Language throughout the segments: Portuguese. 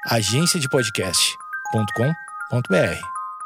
agenciadepodcast.com.br.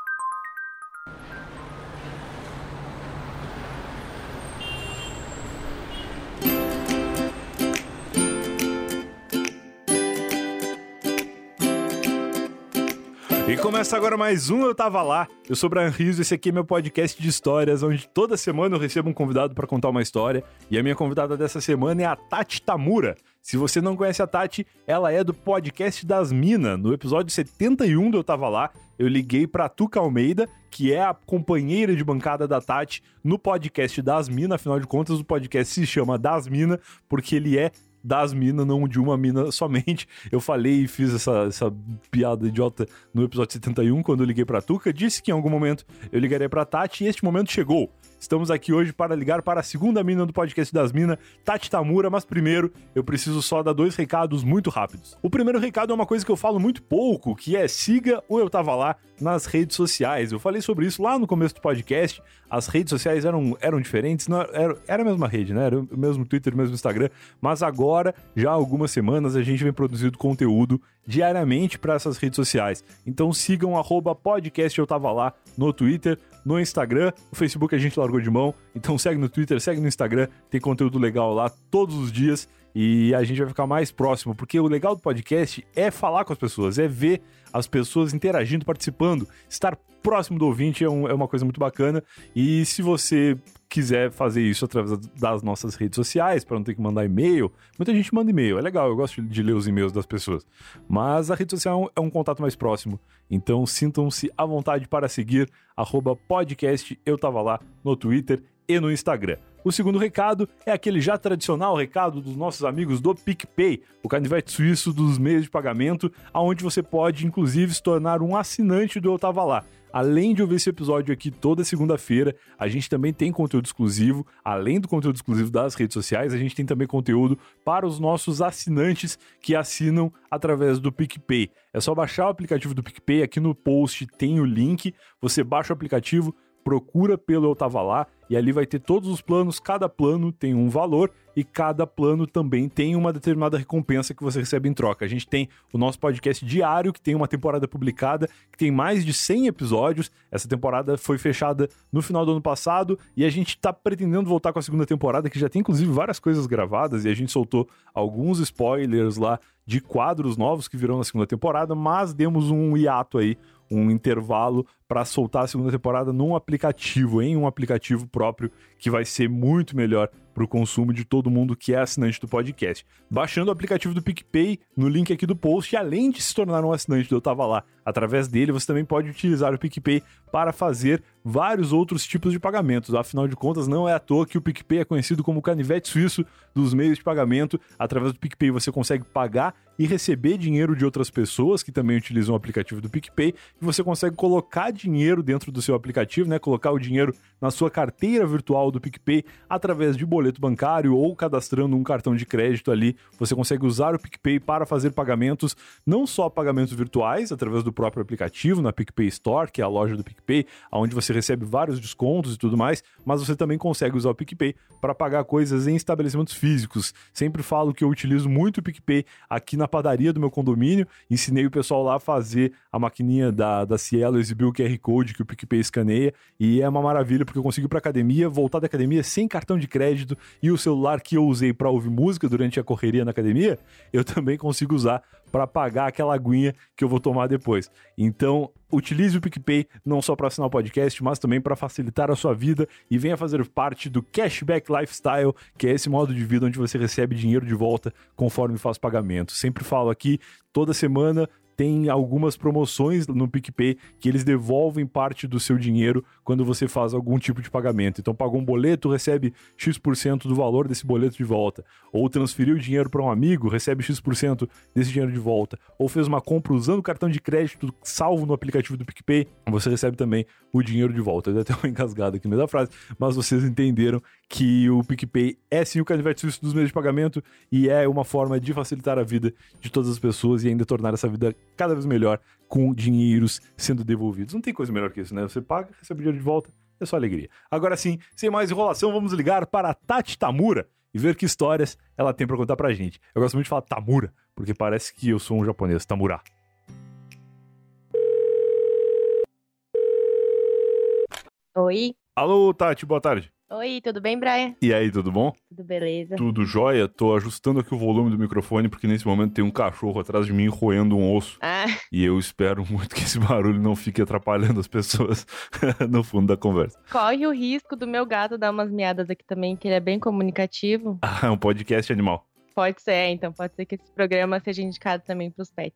E começa agora mais um Eu Tava Lá. Eu sou o Brian Rizzo, esse aqui é meu podcast de histórias, onde toda semana eu recebo um convidado para contar uma história. E a minha convidada dessa semana é a Tati Tamura. Se você não conhece a Tati, ela é do podcast das Minas. No episódio 71 do Eu Tava Lá, eu liguei pra Tuca Almeida, que é a companheira de bancada da Tati no podcast das Minas. Afinal de contas, o podcast se chama Das Minas, porque ele é das minas, não de uma mina somente. Eu falei e fiz essa piada idiota no episódio 71, quando eu liguei pra Tuca. Disse que em algum momento eu ligaria pra Tati e este momento chegou. Estamos aqui hoje para ligar para a segunda mina do podcast das Minas, Tati Tamura, mas primeiro eu preciso só dar 2 recados muito rápidos. O primeiro recado é uma coisa que eu falo muito pouco, que é siga o Eu Tava Lá nas redes sociais. Eu falei sobre isso lá no começo do podcast, as redes sociais eram diferentes, não, era a mesma rede, né? Era o mesmo Twitter, o mesmo Instagram, mas agora, já há algumas semanas, a gente vem produzindo conteúdo diariamente para essas redes sociais. Então sigam @podcast Eu Tava Lá no Twitter, no Instagram, no Facebook a gente largou de mão, então segue no Twitter, segue no Instagram, tem conteúdo legal lá todos os dias e a gente vai ficar mais próximo, porque o legal do podcast é falar com as pessoas, é ver as pessoas interagindo, participando, estar próximo do ouvinte é uma coisa muito bacana. E se você quiser fazer isso através das nossas redes sociais, para não ter que mandar e-mail, muita gente manda e-mail, é legal, eu gosto de ler os e-mails das pessoas, mas a rede social é um contato mais próximo, então sintam-se à vontade para seguir @podcast Eu Tava Lá no Twitter e no Instagram. O segundo recado é aquele já tradicional recado dos nossos amigos do PicPay, o canivete suíço dos meios de pagamento, onde você pode, inclusive, se tornar um assinante do Eu Tava Lá. Além de ouvir esse episódio aqui toda segunda-feira, a gente também tem conteúdo exclusivo. Além do conteúdo exclusivo das redes sociais, a gente tem também conteúdo para os nossos assinantes que assinam através do PicPay. É só baixar o aplicativo do PicPay, aqui no post tem o link, você baixa o aplicativo, procura pelo Eu Tava Lá e ali vai ter todos os planos, cada plano tem um valor e cada plano também tem uma determinada recompensa que você recebe em troca. A gente tem o nosso podcast diário, que tem uma temporada publicada, que tem mais de 100 episódios. Essa temporada foi fechada no final do ano passado e a gente tá pretendendo voltar com a segunda temporada, que já tem inclusive várias coisas gravadas e a gente soltou alguns spoilers lá de quadros novos que virão na segunda temporada, mas demos um hiato aí, um intervalo para soltar a segunda temporada num aplicativo, em um aplicativo próprio, que vai ser muito melhor para o consumo de todo mundo que é assinante do podcast. Baixando o aplicativo do PicPay no link aqui do post, e além de se tornar um assinante do Eu Tava Lá, através dele você também pode utilizar o PicPay para fazer vários outros tipos de pagamentos. Afinal de contas, não é à toa que o PicPay é conhecido como o canivete suíço dos meios de pagamento. Através do PicPay você consegue pagar e receber dinheiro de outras pessoas que também utilizam o aplicativo do PicPay, e você consegue colocar dinheiro dentro do seu aplicativo, né? Colocar o dinheiro na sua carteira virtual do PicPay através de boleto bancário ou cadastrando um cartão de crédito ali. Você consegue usar o PicPay para fazer pagamentos, não só pagamentos virtuais, através do próprio aplicativo, na PicPay Store, que é a loja do PicPay, onde você recebe vários descontos e tudo mais, mas você também consegue usar o PicPay para pagar coisas em estabelecimentos físicos. Sempre falo que eu utilizo muito o PicPay aqui na padaria do meu condomínio, ensinei o pessoal lá a fazer a maquininha da Cielo, exibir o QR Code que o PicPay escaneia, e é uma maravilha porque eu consigo ir pra academia, voltar da academia sem cartão de crédito, e o celular que eu usei para ouvir música durante a correria na academia, eu também consigo usar para pagar aquela aguinha que eu vou tomar depois. Então, utilize o PicPay não só para assinar o podcast, mas também para facilitar a sua vida e venha fazer parte do Cashback Lifestyle, que é esse modo de vida onde você recebe dinheiro de volta conforme faz pagamento. Sempre falo aqui, toda semana tem algumas promoções no PicPay que eles devolvem parte do seu dinheiro quando você faz algum tipo de pagamento. Então pagou um boleto, recebe X% do valor desse boleto de volta. Ou transferiu dinheiro para um amigo, recebe X% desse dinheiro de volta. Ou fez uma compra usando o cartão de crédito salvo no aplicativo do PicPay, você recebe também o dinheiro de volta. Eu dei até uma engasgada aqui no meio da frase, mas vocês entenderam que o PicPay é sim o canivete suíço dos meios de pagamento e é uma forma de facilitar a vida de todas as pessoas e ainda tornar essa vida cada vez melhor com dinheiros sendo devolvidos. Não tem coisa melhor que isso, né? Você paga, recebe dinheiro de volta, é só alegria. Agora sim, sem mais enrolação, vamos ligar para a Tati Tamura e ver que histórias ela tem para contar pra gente. Eu gosto muito de falar Tamura, porque parece que eu sou um japonês, Tamura. Oi. Alô, Tati, boa tarde. Oi, tudo bem, Brian? E aí, tudo bom? Tudo beleza? Tudo jóia? Tô ajustando aqui o volume do microfone porque nesse momento tem um cachorro atrás de mim roendo um osso. Ah, E eu espero muito que esse barulho não fique atrapalhando as pessoas no fundo da conversa. corre o risco do meu gato dar umas miadas aqui também, que ele é bem comunicativo. Ah, é um podcast animal. Pode ser, então pode ser que esse programa seja indicado também pros pets.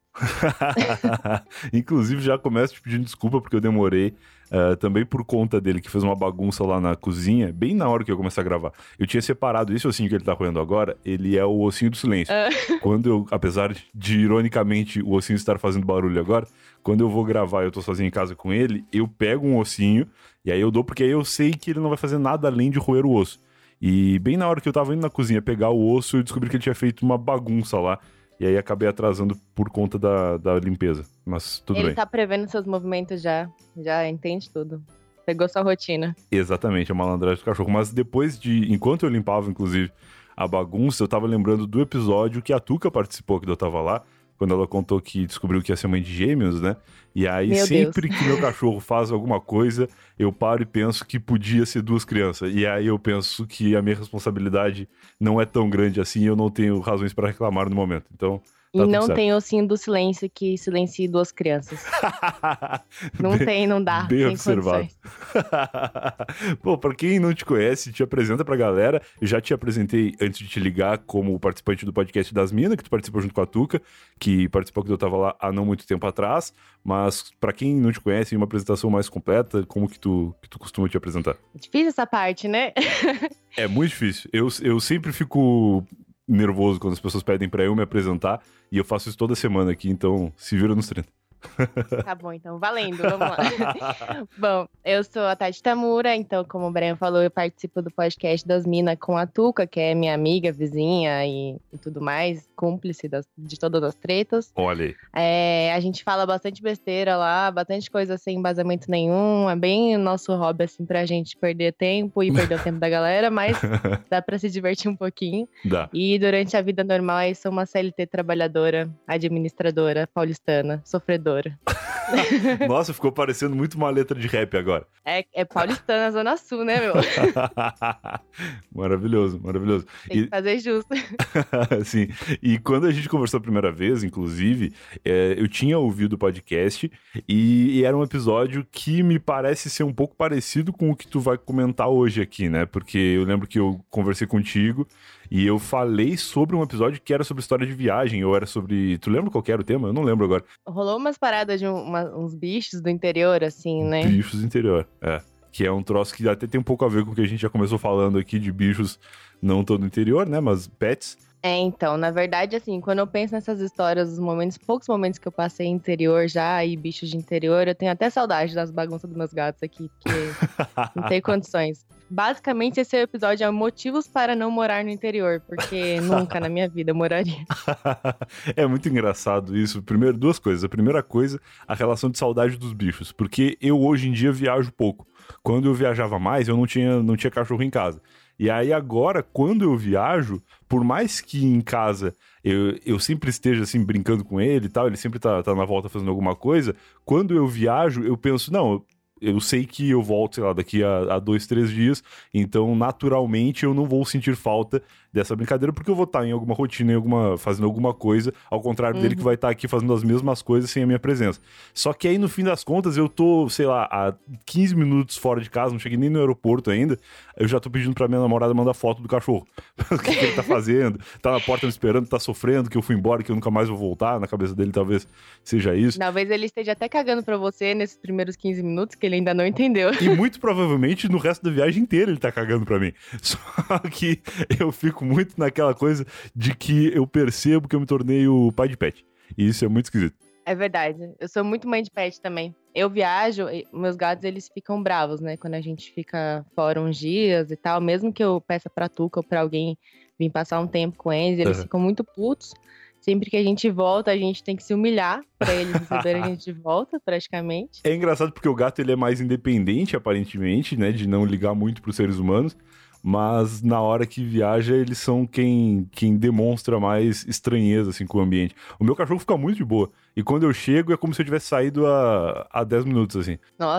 Inclusive, já começo te pedindo desculpa porque eu demorei. Também por conta dele, que fez uma bagunça lá na cozinha, bem na hora que eu comecei a gravar. Eu tinha separado esse ossinho que ele tá roendo agora, ele é o ossinho do silêncio. Quando eu, apesar de, ironicamente, o ossinho estar fazendo barulho agora, quando eu vou gravar e eu tô sozinho em casa com ele, eu pego um ossinho, e aí eu dou, porque aí eu sei que ele não vai fazer nada além de roer o osso. E bem na hora que eu tava indo na cozinha pegar o osso, eu descobri que ele tinha feito uma bagunça lá. E aí acabei atrasando por conta da limpeza. Mas tudo bem. Ele tá prevendo seus movimentos já entende tudo. Pegou sua rotina. Exatamente, a malandragem do cachorro. Mas depois enquanto eu limpava, inclusive, a bagunça, eu tava lembrando do episódio que a Tuca participou, que eu tava lá, quando ela contou que descobriu que ia ser mãe de gêmeos, né? E aí, Meu sempre Deus. que meu cachorro faz alguma coisa, eu paro e penso que podia ser duas crianças. E aí eu penso que a minha responsabilidade não é tão grande assim e eu não tenho razões pra reclamar no momento. Então, E tudo não certo. tem ossinho do silêncio que silencie duas crianças. Não tem, não dá. Bem Sem observado. condições. Pô, pra quem não te conhece, te apresenta pra galera. Eu já te apresentei antes de te ligar como participante do podcast das Minas, que tu participou junto com a Tuca, que participou quando eu tava lá há não muito tempo atrás. Mas pra quem não te conhece, uma apresentação mais completa, como que tu costuma te apresentar? Difícil essa parte, né? É muito difícil. Eu sempre fico nervoso quando as pessoas pedem pra eu me apresentar, e eu faço isso toda semana aqui, então se vira nos 30. Tá bom, então, valendo, vamos lá. Bom, eu sou a Tati Tamura, então, como o Brian falou, eu participo do podcast das Minas com a Tuca, que é minha amiga, vizinha e tudo mais, cúmplice de todas as tretas. Olha aí. A gente fala bastante besteira lá, bastante coisa sem embasamento nenhum, é bem o nosso hobby, assim, pra gente perder tempo e perder o tempo da galera, mas dá pra se divertir um pouquinho. Dá. E durante a vida normal, eu sou uma CLT trabalhadora, administradora, paulistana, sofredora. Nossa, ficou parecendo muito uma letra de rap agora. É paulistana, Zona Sul, né, meu? Maravilhoso, maravilhoso. Tem que fazer justo. Sim. E quando a gente conversou a primeira vez, inclusive, eu tinha ouvido o podcast e era um episódio que me parece ser um pouco parecido com o que tu vai comentar hoje aqui, né? Porque eu lembro que eu conversei contigo e eu falei sobre um episódio que era sobre história de viagem, ou era sobre... Tu lembra qual que era o tema? Eu não lembro agora. Rolou umas paradas de uns bichos do interior, assim, né? Bichos do interior, que é um troço que até tem um pouco a ver com o que a gente já começou falando aqui de bichos não tão do interior, né? Mas pets. Então, na verdade, assim, quando eu penso nessas histórias, poucos momentos que eu passei em interior já, e bichos de interior, eu tenho até saudade das bagunças dos meus gatos aqui, porque não tem condições. Basicamente, esse episódio é motivos para não morar no interior, porque nunca na minha vida eu moraria. É muito engraçado isso. Primeiro, duas coisas. A primeira coisa, a relação de saudade dos bichos, porque eu hoje em dia viajo pouco. Quando eu viajava mais, eu não tinha cachorro em casa. E aí agora, quando eu viajo, por mais que em casa eu sempre esteja assim brincando com ele e tal, ele sempre tá na volta fazendo alguma coisa, quando eu viajo, eu penso, não, eu sei que eu volto, sei lá, daqui a 2, 3 dias, então naturalmente eu não vou sentir falta dessa brincadeira, porque eu vou estar em alguma rotina, fazendo alguma coisa, ao contrário dele que vai estar aqui fazendo as mesmas coisas sem a minha presença. Só que aí, no fim das contas, eu tô, sei lá, há 15 minutos fora de casa, não cheguei nem no aeroporto ainda, eu já tô pedindo pra minha namorada mandar foto do cachorro. O que ele tá fazendo, tá na porta me esperando, tá sofrendo, que eu fui embora, que eu nunca mais vou voltar, na cabeça dele talvez seja isso. Talvez ele esteja até cagando pra você nesses primeiros 15 minutos, que ele ainda não entendeu. E muito provavelmente no resto da viagem inteira ele tá cagando pra mim. Só que eu fico muito naquela coisa de que eu percebo que eu me tornei o pai de pet. E isso é muito esquisito. É verdade. Eu sou muito mãe de pet também. Eu viajo, meus gatos, eles ficam bravos, né? Quando a gente fica fora uns dias e tal. Mesmo que eu peça pra Tuca ou pra alguém vir passar um tempo com eles ficam muito putos. Sempre que a gente volta, a gente tem que se humilhar pra eles receberem a gente de volta, praticamente. É engraçado porque o gato ele é mais independente, aparentemente, né? De não ligar muito pros seres humanos. Mas na hora que viaja, eles são quem demonstra mais estranheza, assim, com o ambiente. O meu cachorro fica muito de boa. E quando eu chego, é como se eu tivesse saído há 10 minutos, assim. Nossa,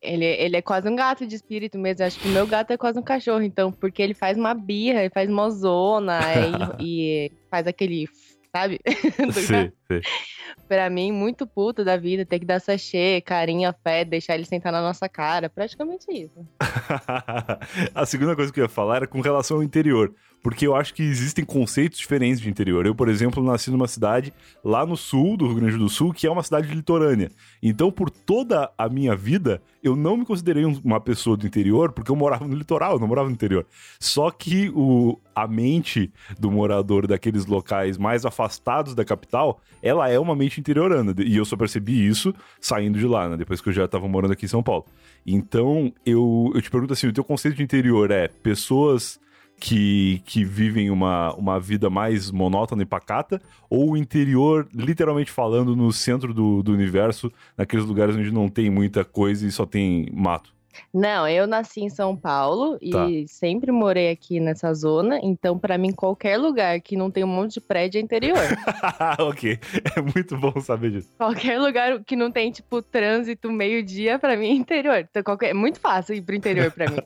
Ele é quase um gato de espírito mesmo. Eu acho que o meu gato é quase um cachorro, então, porque ele faz uma birra, ele faz mozona e faz aquele, sabe? Sim, sim. Pra mim, muito puto da vida, ter que dar sachê, carinho, afeto, deixar ele sentar na nossa cara. Praticamente isso. A segunda coisa que eu ia falar era com relação ao interior, porque eu acho que existem conceitos diferentes de interior. Eu, por exemplo, nasci numa cidade lá no sul do Rio Grande do Sul, que é uma cidade litorânea. Então, por toda a minha vida, eu não me considerei uma pessoa do interior, porque eu morava no litoral, eu não morava no interior. Só que a mente do morador daqueles locais mais afastados da capital, ela é uma mente interiorana. E eu só percebi isso saindo de lá, né? Depois que eu já estava morando aqui em São Paulo. Então, eu te pergunto assim, o teu conceito de interior é pessoas que vivem uma vida mais monótona e pacata, ou o interior, literalmente falando, no centro do universo, naqueles lugares onde não tem muita coisa e só tem mato? Não, eu nasci em São Paulo e sempre morei aqui nessa zona, então pra mim qualquer lugar que não tem um monte de prédio é interior. Ok, é muito bom saber disso. Qualquer lugar que não tem, tipo, trânsito meio-dia, pra mim é interior. Então, é muito fácil ir pro interior pra mim.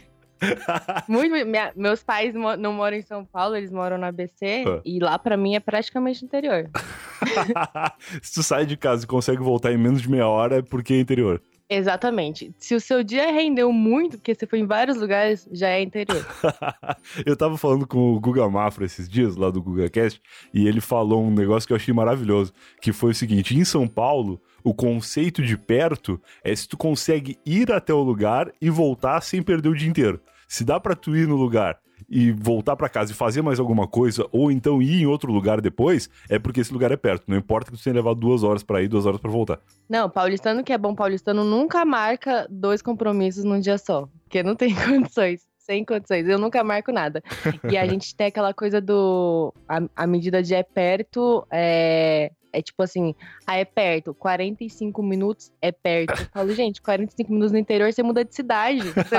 Meus pais não moram em São Paulo, eles moram no ABC, e lá pra mim é praticamente interior. Se tu sai de casa e consegue voltar em menos de meia hora, é porque é interior. Exatamente. Se o seu dia rendeu muito, porque você foi em vários lugares, já é interior. Eu tava falando com o Guga Mafra esses dias, lá do GugaCast, e ele falou um negócio que eu achei maravilhoso, que foi o seguinte: em São Paulo, o conceito de perto é se tu consegue ir até o lugar e voltar sem perder o dia inteiro. Se dá pra tu ir no lugar e voltar pra casa e fazer mais alguma coisa, ou então ir em outro lugar depois, é porque esse lugar é perto. Não importa que tu tenha levado 2 horas pra ir, 2 horas pra voltar. Não, paulistano que é bom paulistano nunca marca 2 compromissos num dia só. Porque não tem condições. Sem condições. Eu nunca marco nada. E a gente tem aquela coisa a medida de é perto, é tipo assim, é perto, 45 minutos é perto. Eu falo, gente, 45 minutos no interior, você muda de cidade.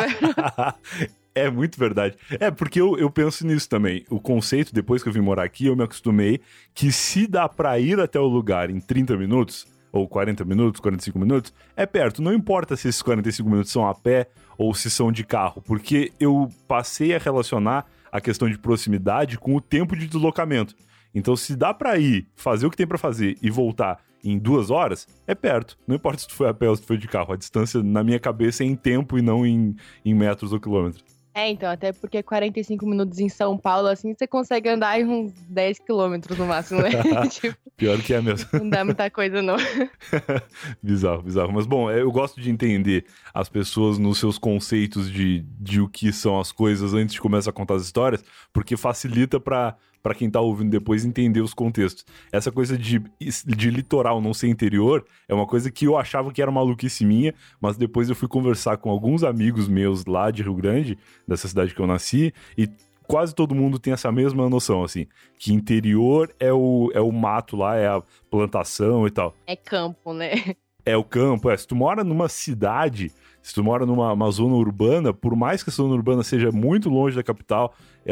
É muito verdade. É, porque eu penso nisso também. O conceito, depois que eu vim morar aqui, eu me acostumei que se dá pra ir até o lugar em 30 minutos, ou 40 minutos, 45 minutos, é perto. Não importa se esses 45 minutos são a pé ou se são de carro, porque eu passei a relacionar a questão de proximidade com o tempo de deslocamento. Então, se dá pra ir, fazer o que tem pra fazer e voltar em 2 horas, é perto. Não importa se tu foi a pé ou se tu foi de carro. A distância, na minha cabeça, é em tempo e não em metros ou quilômetros. Então, até porque 45 minutos em São Paulo, assim, você consegue andar em uns 10 quilômetros no máximo, né? Tipo, pior que é mesmo. Não dá muita coisa, não. Bizarro, bizarro. Mas, bom, eu gosto de entender as pessoas nos seus conceitos de o que são as coisas antes de começar a contar as histórias, porque facilita pra quem tá ouvindo depois entender os contextos. Essa coisa de litoral não ser interior é uma coisa que eu achava que era maluquice minha, mas depois eu fui conversar com alguns amigos meus lá de Rio Grande, dessa cidade que eu nasci, e quase todo mundo tem essa mesma noção, assim, que interior é o mato lá, é a plantação e tal. É campo, né? É o campo, se tu mora numa cidade, se tu mora numa zona urbana, por mais que a zona urbana seja muito longe da capital,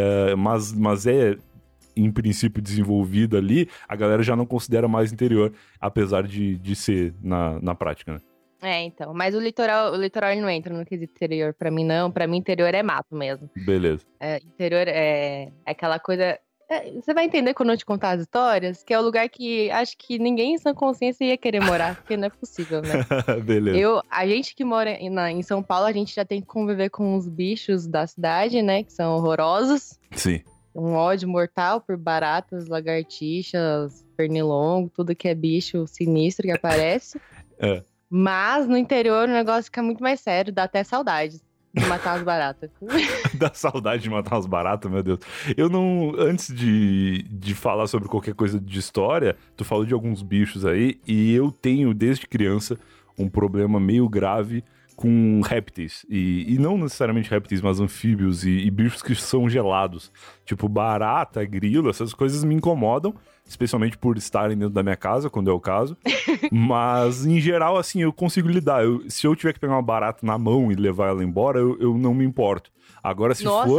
mas é em princípio desenvolvida ali, a galera já não considera mais interior, apesar de ser na prática, né? Então. Mas o litoral ele não entra no quesito interior pra mim, não. Pra mim, interior é mato mesmo. Beleza. Interior é aquela coisa... Você vai entender quando eu te contar as histórias, que é o lugar que acho que ninguém em sã consciência ia querer morar, porque não é possível, né? Beleza. A gente que mora em São Paulo, a gente já tem que conviver com os bichos da cidade, né? Que são horrorosos. Sim. Um ódio mortal por baratas, lagartixas, pernilongo, tudo que é bicho sinistro que aparece. Mas no interior o negócio fica muito mais sério, dá até saudade de matar as baratas. Dá saudade de matar as baratas, meu Deus. Eu não... Antes de falar sobre qualquer coisa de história, tu falou de alguns bichos aí, e eu tenho, desde criança, um problema meio grave com répteis, e não necessariamente répteis, mas anfíbios e bichos que são gelados, tipo barata, grilo, essas coisas me incomodam, especialmente por estarem dentro da minha casa, quando é o caso, mas em geral, assim, eu consigo lidar. Se eu tiver que pegar uma barata na mão e levar ela embora, eu não me importo. Agora,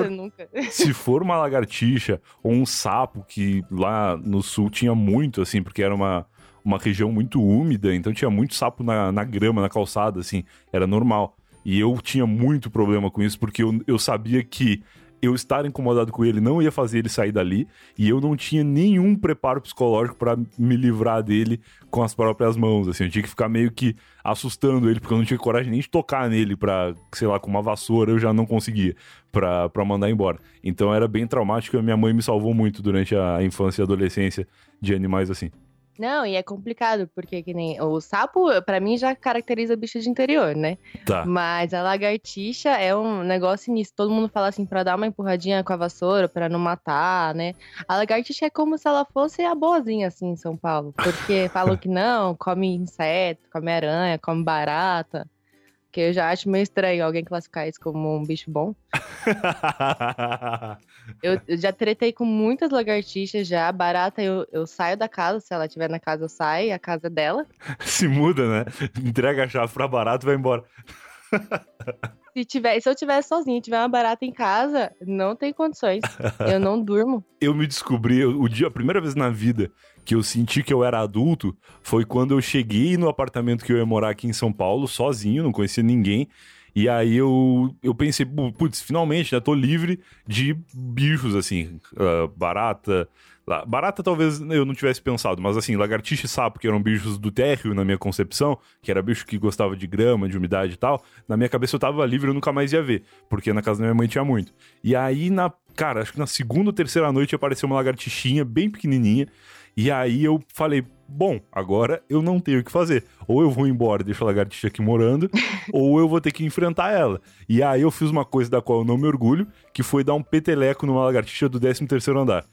se for uma lagartixa ou um sapo, que lá no sul tinha muito, assim, porque era uma região muito úmida, então tinha muito sapo na grama, na calçada, assim, era normal. E eu tinha muito problema com isso, porque eu sabia que eu estar incomodado com ele não ia fazer ele sair dali, e eu não tinha nenhum preparo psicológico pra me livrar dele com as próprias mãos, assim, eu tinha que ficar meio que assustando ele, porque eu não tinha coragem nem de tocar nele pra, sei lá, com uma vassoura eu já não conseguia pra mandar embora. Então era bem traumático, e a minha mãe me salvou muito durante a infância e adolescência de animais assim. Não, e é complicado, porque que nem o sapo, pra mim, já caracteriza bicho de interior, né? Tá. Mas a lagartixa é um negócio nisso. Todo mundo fala assim, pra dar uma empurradinha com a vassoura, pra não matar, né? A lagartixa é como se ela fosse a boazinha, assim, em São Paulo. Porque falam que não, come inseto, come aranha, come barata. Que eu já acho meio estranho alguém classificar isso como um bicho bom. Eu já tretei com muitas lagartixas já. Barata, eu saio da casa. Se ela estiver na casa, eu saio. A casa é dela. Se muda, né? Entrega a chave pra barato e vai embora. Se eu estiver sozinha e tiver uma barata em casa, não tem condições. Eu não durmo. Eu me descobri, a primeira vez na vida que eu senti que eu era adulto foi quando eu cheguei no apartamento que eu ia morar aqui em São Paulo, sozinho, não conhecia ninguém. E aí eu pensei, putz, finalmente, né, tô livre de bichos, assim, barata. Barata talvez eu não tivesse pensado, mas assim, lagartixa e sapo, que eram bichos do térreo na minha concepção, que era bicho que gostava de grama, de umidade e tal, na minha cabeça eu tava livre, eu nunca mais ia ver, porque na casa da minha mãe tinha muito. E aí, cara, acho que na segunda ou terceira noite apareceu uma lagartixinha bem pequenininha, e aí eu falei, bom, agora eu não tenho o que fazer. Ou eu vou embora e deixo a lagartixa aqui morando, ou eu vou ter que enfrentar ela. E aí eu fiz uma coisa da qual eu não me orgulho, que foi dar um peteleco numa lagartixa do 13º andar.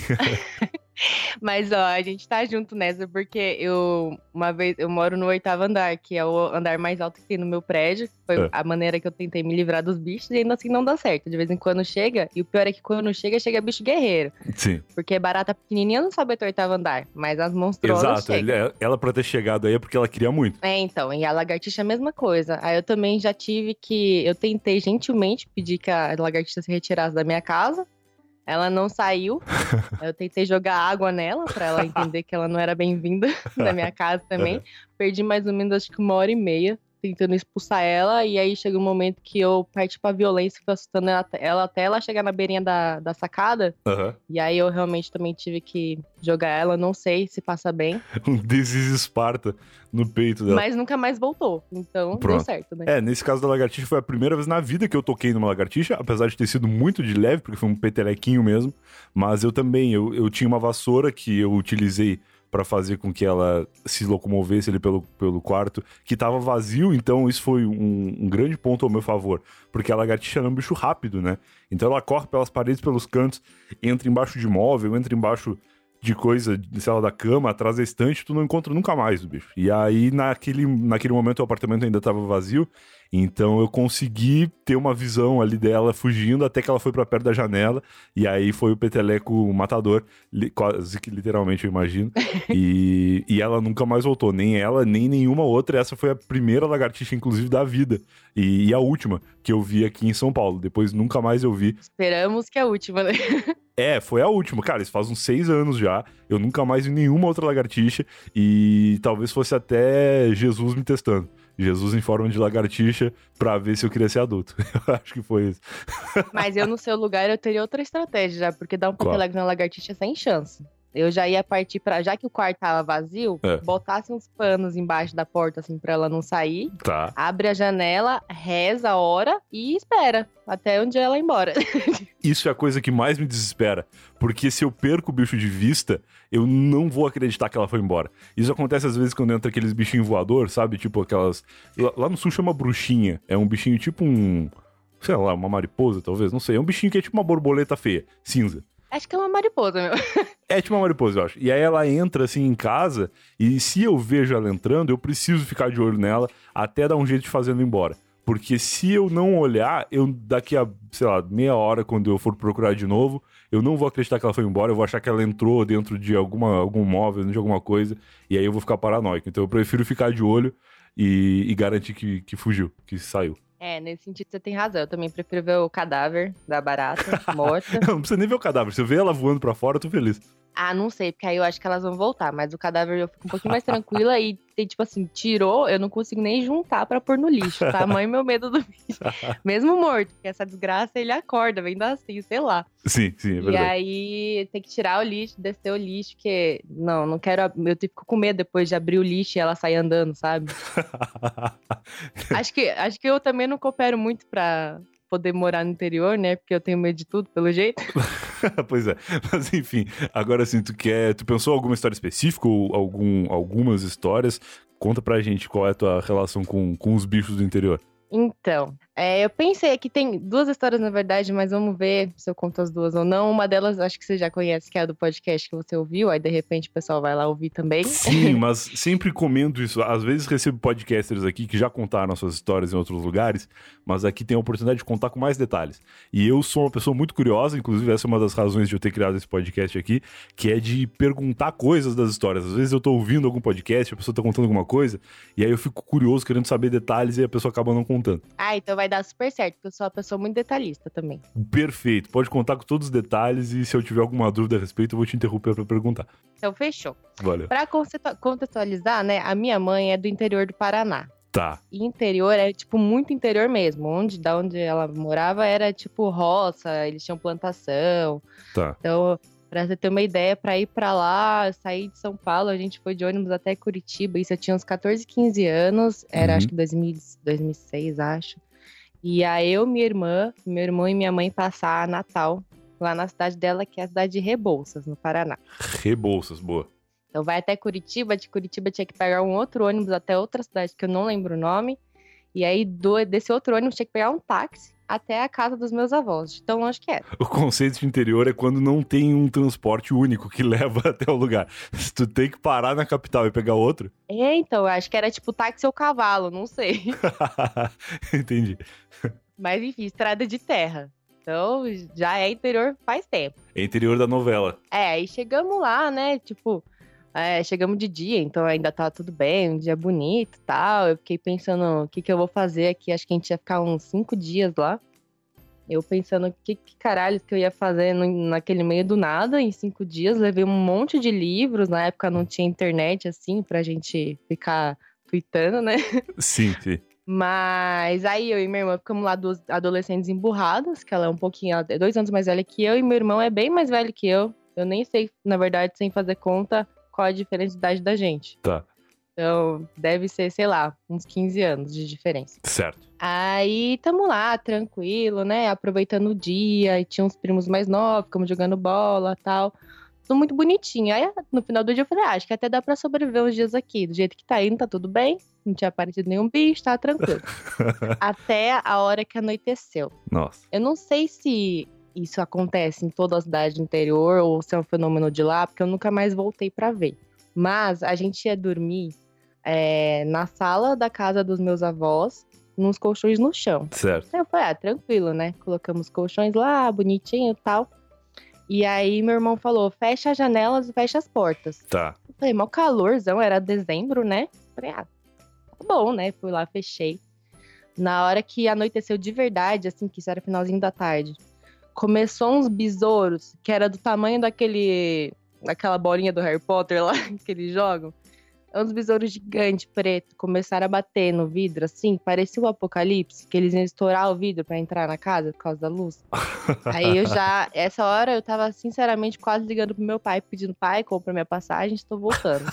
Mas, ó, a gente tá junto nessa, porque uma vez, eu moro no 8º andar, que é o andar mais alto que tem no meu prédio. Foi a maneira que eu tentei me livrar dos bichos, e ainda assim não dá certo. De vez em quando chega, e o pior é que quando chega bicho guerreiro. Sim. Porque barata pequenininha não sabe até o 8º andar, mas as monstruosas Exato, chegam. ela pra ter chegado aí é porque ela queria muito. É, então, e a lagartixa é a mesma coisa. Aí eu também já eu tentei gentilmente pedir que a lagartixa se retirasse da minha casa. Ela não saiu. Eu tentei jogar água nela pra ela entender que ela não era bem-vinda na minha casa também. Perdi mais ou menos, acho que 1h30 tentando expulsar ela. E aí chega um momento que eu parti pra violência, fui assustando ela até ela chegar na beirinha da sacada. E aí eu realmente também tive que jogar ela. Não sei se passa bem. Um This Esparta no peito dela. Mas nunca mais voltou. Então deu certo, né? Nesse caso da lagartixa foi a primeira vez na vida que eu toquei numa lagartixa, apesar de ter sido muito de leve, porque foi um petelequinho mesmo. Mas eu também, eu tinha uma vassoura que eu utilizei pra fazer com que ela se locomovesse ali pelo quarto, que tava vazio, então isso foi um grande ponto ao meu favor, porque a lagartixa é um bicho rápido, né? Então ela corre pelas paredes, pelos cantos, entra embaixo de móvel, entra embaixo de coisa, sei lá, da cama, atrás da estante, tu não encontra nunca mais o bicho. E aí, naquele momento, o apartamento ainda tava vazio, então eu consegui ter uma visão ali dela fugindo até que ela foi pra perto da janela, e aí foi o peteleco matador, quase que literalmente, eu imagino, e ela nunca mais voltou, nem ela, nem nenhuma outra. Essa foi a primeira lagartixa, inclusive, da vida, e a última que eu vi aqui em São Paulo. Depois nunca mais eu vi. Esperamos que a última, né? Foi a última. Cara, isso faz uns 6 anos já. Eu nunca mais vi nenhuma outra lagartixa. E talvez fosse até Jesus me testando. Jesus em forma de lagartixa pra ver se eu queria ser adulto. Eu acho que foi isso. Mas eu, no seu lugar, eu teria outra estratégia já. Porque dar um peteleco na lagartixa sem chance. Eu já ia partir pra... Já que o quarto tava vazio, botasse uns panos embaixo da porta, assim, pra ela não sair. Tá. Abre a janela, reza a hora e espera até um dia ela ir embora. Isso é a coisa que mais me desespera. Porque se eu perco o bicho de vista, eu não vou acreditar que ela foi embora. Isso acontece às vezes quando entra aqueles bichinhos voador, sabe? Tipo aquelas... Lá no sul chama bruxinha. É um bichinho tipo sei lá, uma mariposa, talvez. Não sei. É um bichinho que é tipo uma borboleta feia, cinza. Acho que é uma mariposa, meu. É tipo uma mariposa, eu acho. E aí ela entra, assim, em casa, e se eu vejo ela entrando, eu preciso ficar de olho nela até dar um jeito de fazer ela embora. Porque se eu não olhar, daqui a, sei lá, meia hora, quando eu for procurar de novo, eu não vou acreditar que ela foi embora, eu vou achar que ela entrou dentro de algum móvel, de alguma coisa, e aí eu vou ficar paranoico. Então eu prefiro ficar de olho e garantir que fugiu, que saiu. Nesse sentido você tem razão. Eu também prefiro ver o cadáver da barata morta. Não precisa nem ver o cadáver. Se eu ver ela voando pra fora, eu tô feliz. Ah, não sei, porque aí eu acho que elas vão voltar, mas o cadáver eu fico um pouquinho mais tranquila e tem, tipo assim, tirou, eu não consigo nem juntar pra pôr no lixo. Tamanho meu medo do bicho. Mesmo morto, porque essa desgraça ele acorda, vem dar assim, sei lá. Sim, é E verdade. aí tem que tirar o lixo, descer o lixo, porque não quero. Eu fico com medo depois de abrir o lixo e ela sair andando, sabe? Acho que eu também não coopero muito pra poder morar no interior, né? Porque eu tenho medo de tudo, pelo jeito. Pois é, mas enfim, agora sim, tu pensou alguma história específica ou algumas histórias? Conta pra gente qual é a tua relação com os bichos do interior. Então, eu pensei que tem duas histórias, na verdade, mas vamos ver se eu conto as duas ou não. Uma delas, acho que você já conhece, que é a do podcast que você ouviu, aí de repente o pessoal vai lá ouvir também. Sim, mas sempre comento isso. Às vezes recebo podcasters aqui que já contaram suas histórias em outros lugares, mas aqui tem a oportunidade de contar com mais detalhes. E eu sou uma pessoa muito curiosa, inclusive essa é uma das razões de eu ter criado esse podcast aqui, que é de perguntar coisas das histórias. Às vezes eu tô ouvindo algum podcast, a pessoa tá contando alguma coisa, e aí eu fico curioso, querendo saber detalhes, e a pessoa acaba não contando. Ah, então vai dar super certo, porque eu sou uma pessoa muito detalhista também. Perfeito, pode contar com todos os detalhes e se eu tiver alguma dúvida a respeito, eu vou te interromper pra perguntar. Então, fechou. Valeu. Pra contextualizar, né, a minha mãe é do interior do Paraná. Tá. E interior é, tipo, muito interior mesmo. Da onde ela morava era, tipo, roça, eles tinham plantação. Tá. Então, pra você ter uma ideia, pra ir pra lá, sair de São Paulo, a gente foi de ônibus até Curitiba. Isso eu tinha uns 14, 15 anos. Era, acho que 2006, acho. E aí eu, minha irmã, meu irmão e minha mãe passar Natal lá na cidade dela, que é a cidade de Rebouças, no Paraná. Rebouças, boa. Então vai até Curitiba, de Curitiba tinha que pegar um outro ônibus até outra cidade, que eu não lembro o nome. E aí desse outro ônibus tinha que pegar um táxi até a casa dos meus avós, de tão longe que era. O conceito de interior é quando não tem um transporte único que leva até o lugar. Se tu tem que parar na capital e pegar outro... Então, eu acho que era tipo táxi ou cavalo, não sei. Entendi. Mas enfim, estrada de terra. Então, já é interior faz tempo. É interior da novela. Aí chegamos lá, né, tipo... chegamos de dia, então ainda tá tudo bem, um dia bonito e tal. Eu fiquei pensando o que eu vou fazer aqui. Acho que a gente ia ficar uns 5 dias lá. Eu pensando que caralho que eu ia fazer naquele meio do nada em 5 dias. Levei um monte de livros. Na época não tinha internet assim pra gente ficar tweetando, né? Sim. Mas aí eu e minha irmã ficamos lá, duas adolescentes emburradas, que ela é um pouquinho, ela é 2 anos mais velha que eu, e meu irmão é bem mais velho que eu. Eu nem sei, na verdade, sem fazer conta, qual a diferença de idade da gente. Tá. Então, deve ser, sei lá, uns 15 anos de diferença. Certo. Aí, tamo lá, tranquilo, né? Aproveitando o dia. E tinha uns primos mais novos, ficamos jogando bola e tal. Tudo muito bonitinho. Aí, no final do dia, eu falei, acho que até dá pra sobreviver uns dias aqui. Do jeito que tá indo, tá tudo bem. Não tinha aparecido nenhum bicho, tá tranquilo. Até a hora que anoiteceu. Nossa. Eu não sei se isso acontece em toda a cidade do interior ou se é um fenômeno de lá, porque eu nunca mais voltei pra ver. Mas a gente ia dormir na sala da casa dos meus avós, nos colchões no chão. Certo. Aí eu falei, tranquilo, né? Colocamos colchões lá, bonitinho e tal. E aí meu irmão falou, fecha as janelas e fecha as portas. Tá. Eu falei, mó calorzão, era dezembro, né? Eu falei, tá bom, né? Fui lá, fechei. Na hora que anoiteceu de verdade, assim, que isso era finalzinho da tarde, começou uns besouros, que era do tamanho daquela bolinha do Harry Potter lá, que eles jogam. Uns besouros gigantes, preto, começaram a bater no vidro, assim, parecia o apocalipse, que eles iam estourar o vidro pra entrar na casa por causa da luz. Aí essa hora eu tava, sinceramente, quase ligando pro meu pai, pedindo, pai, compra minha passagem, estou voltando.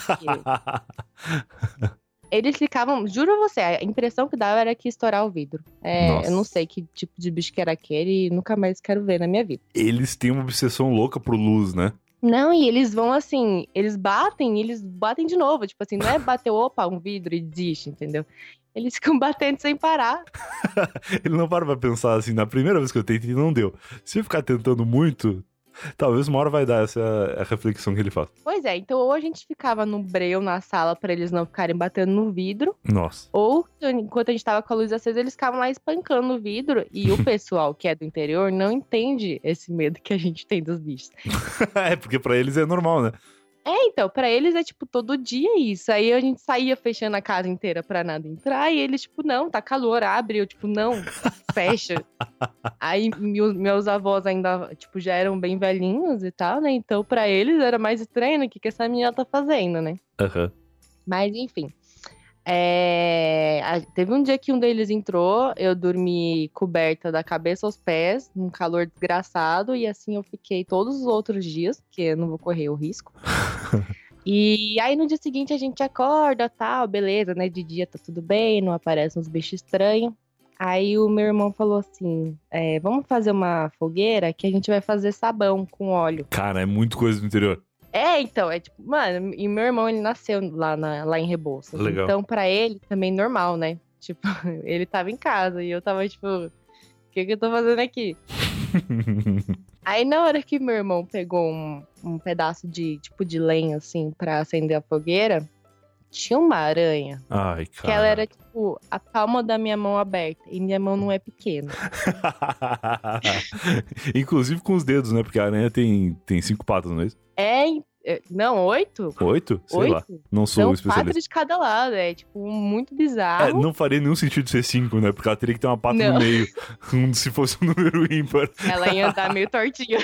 Eles ficavam, juro a você, a impressão que dava era que ia estourar o vidro. Eu não sei que tipo de bicho que era aquele e nunca mais quero ver na minha vida. Eles têm uma obsessão louca por luz, né? Não, e eles vão assim, eles batem de novo. Tipo assim, não é bater, opa, um vidro e desiste, entendeu? Eles ficam batendo sem parar. Ele não para pra pensar assim, na primeira vez que eu tentei não deu. Se eu ficar tentando muito, talvez uma hora vai dar essa a reflexão que ele faz. Pois é, então ou a gente ficava no breu na sala pra eles não ficarem batendo no vidro. Nossa. Ou, enquanto a gente tava com a luz acesa, eles ficavam lá espancando o vidro. E o pessoal que é do interior não entende esse medo que a gente tem dos bichos. Porque pra eles é normal, né? Então, pra eles é, tipo, todo dia isso. Aí a gente saía fechando a casa inteira pra nada entrar, e eles, tipo, não, tá calor, abre. Eu, tipo, não, fecha. Aí meus avós ainda, tipo, já eram bem velhinhos e tal, né? Então, pra eles era mais estranho, né? O que essa menina tá fazendo, né? Aham. Mas, enfim. Teve um dia que um deles entrou, eu dormi coberta da cabeça aos pés, num calor desgraçado, e assim eu fiquei todos os outros dias, porque eu não vou correr o risco. E aí no dia seguinte a gente acorda, tal, beleza, né? De dia tá tudo bem, não aparecem uns bichos estranhos. Aí o meu irmão falou assim, vamos fazer uma fogueira que a gente vai fazer sabão com óleo. Cara, é muito coisa do interior. Então, é tipo, mano, e meu irmão, ele nasceu lá em Rebouças. Legal. Então, pra ele, também normal, né? Tipo, ele tava em casa e eu tava, tipo, o que eu tô fazendo aqui? Aí, na hora que meu irmão pegou um pedaço de lenha, assim, pra acender a fogueira, tinha uma aranha. Ai, cara. Que ela era, tipo, a palma da minha mão aberta. E minha mão não é pequena. Inclusive com os dedos, né? Porque a aranha tem 5 patas, não é isso? Não, 8? 8? Sei 8? lá. Não sou São especialista. 4 de cada lado, tipo, muito bizarro. Não faria nenhum sentido ser 5, né? Porque ela teria que ter uma pata no meio. Se fosse um número ímpar. Ela ia andar meio tortinha.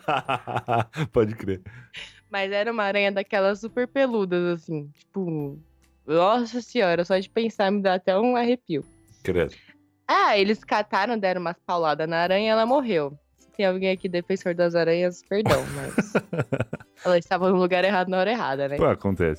Pode crer. Mas era uma aranha daquelas super peludas, assim. Tipo, nossa senhora, só de pensar me dá até um arrepio. Credo. Eles cataram, deram umas pauladas na aranha e ela morreu. Se tem alguém aqui defensor das aranhas, perdão, mas... ela estava no lugar errado na hora errada, né? Pô, acontece.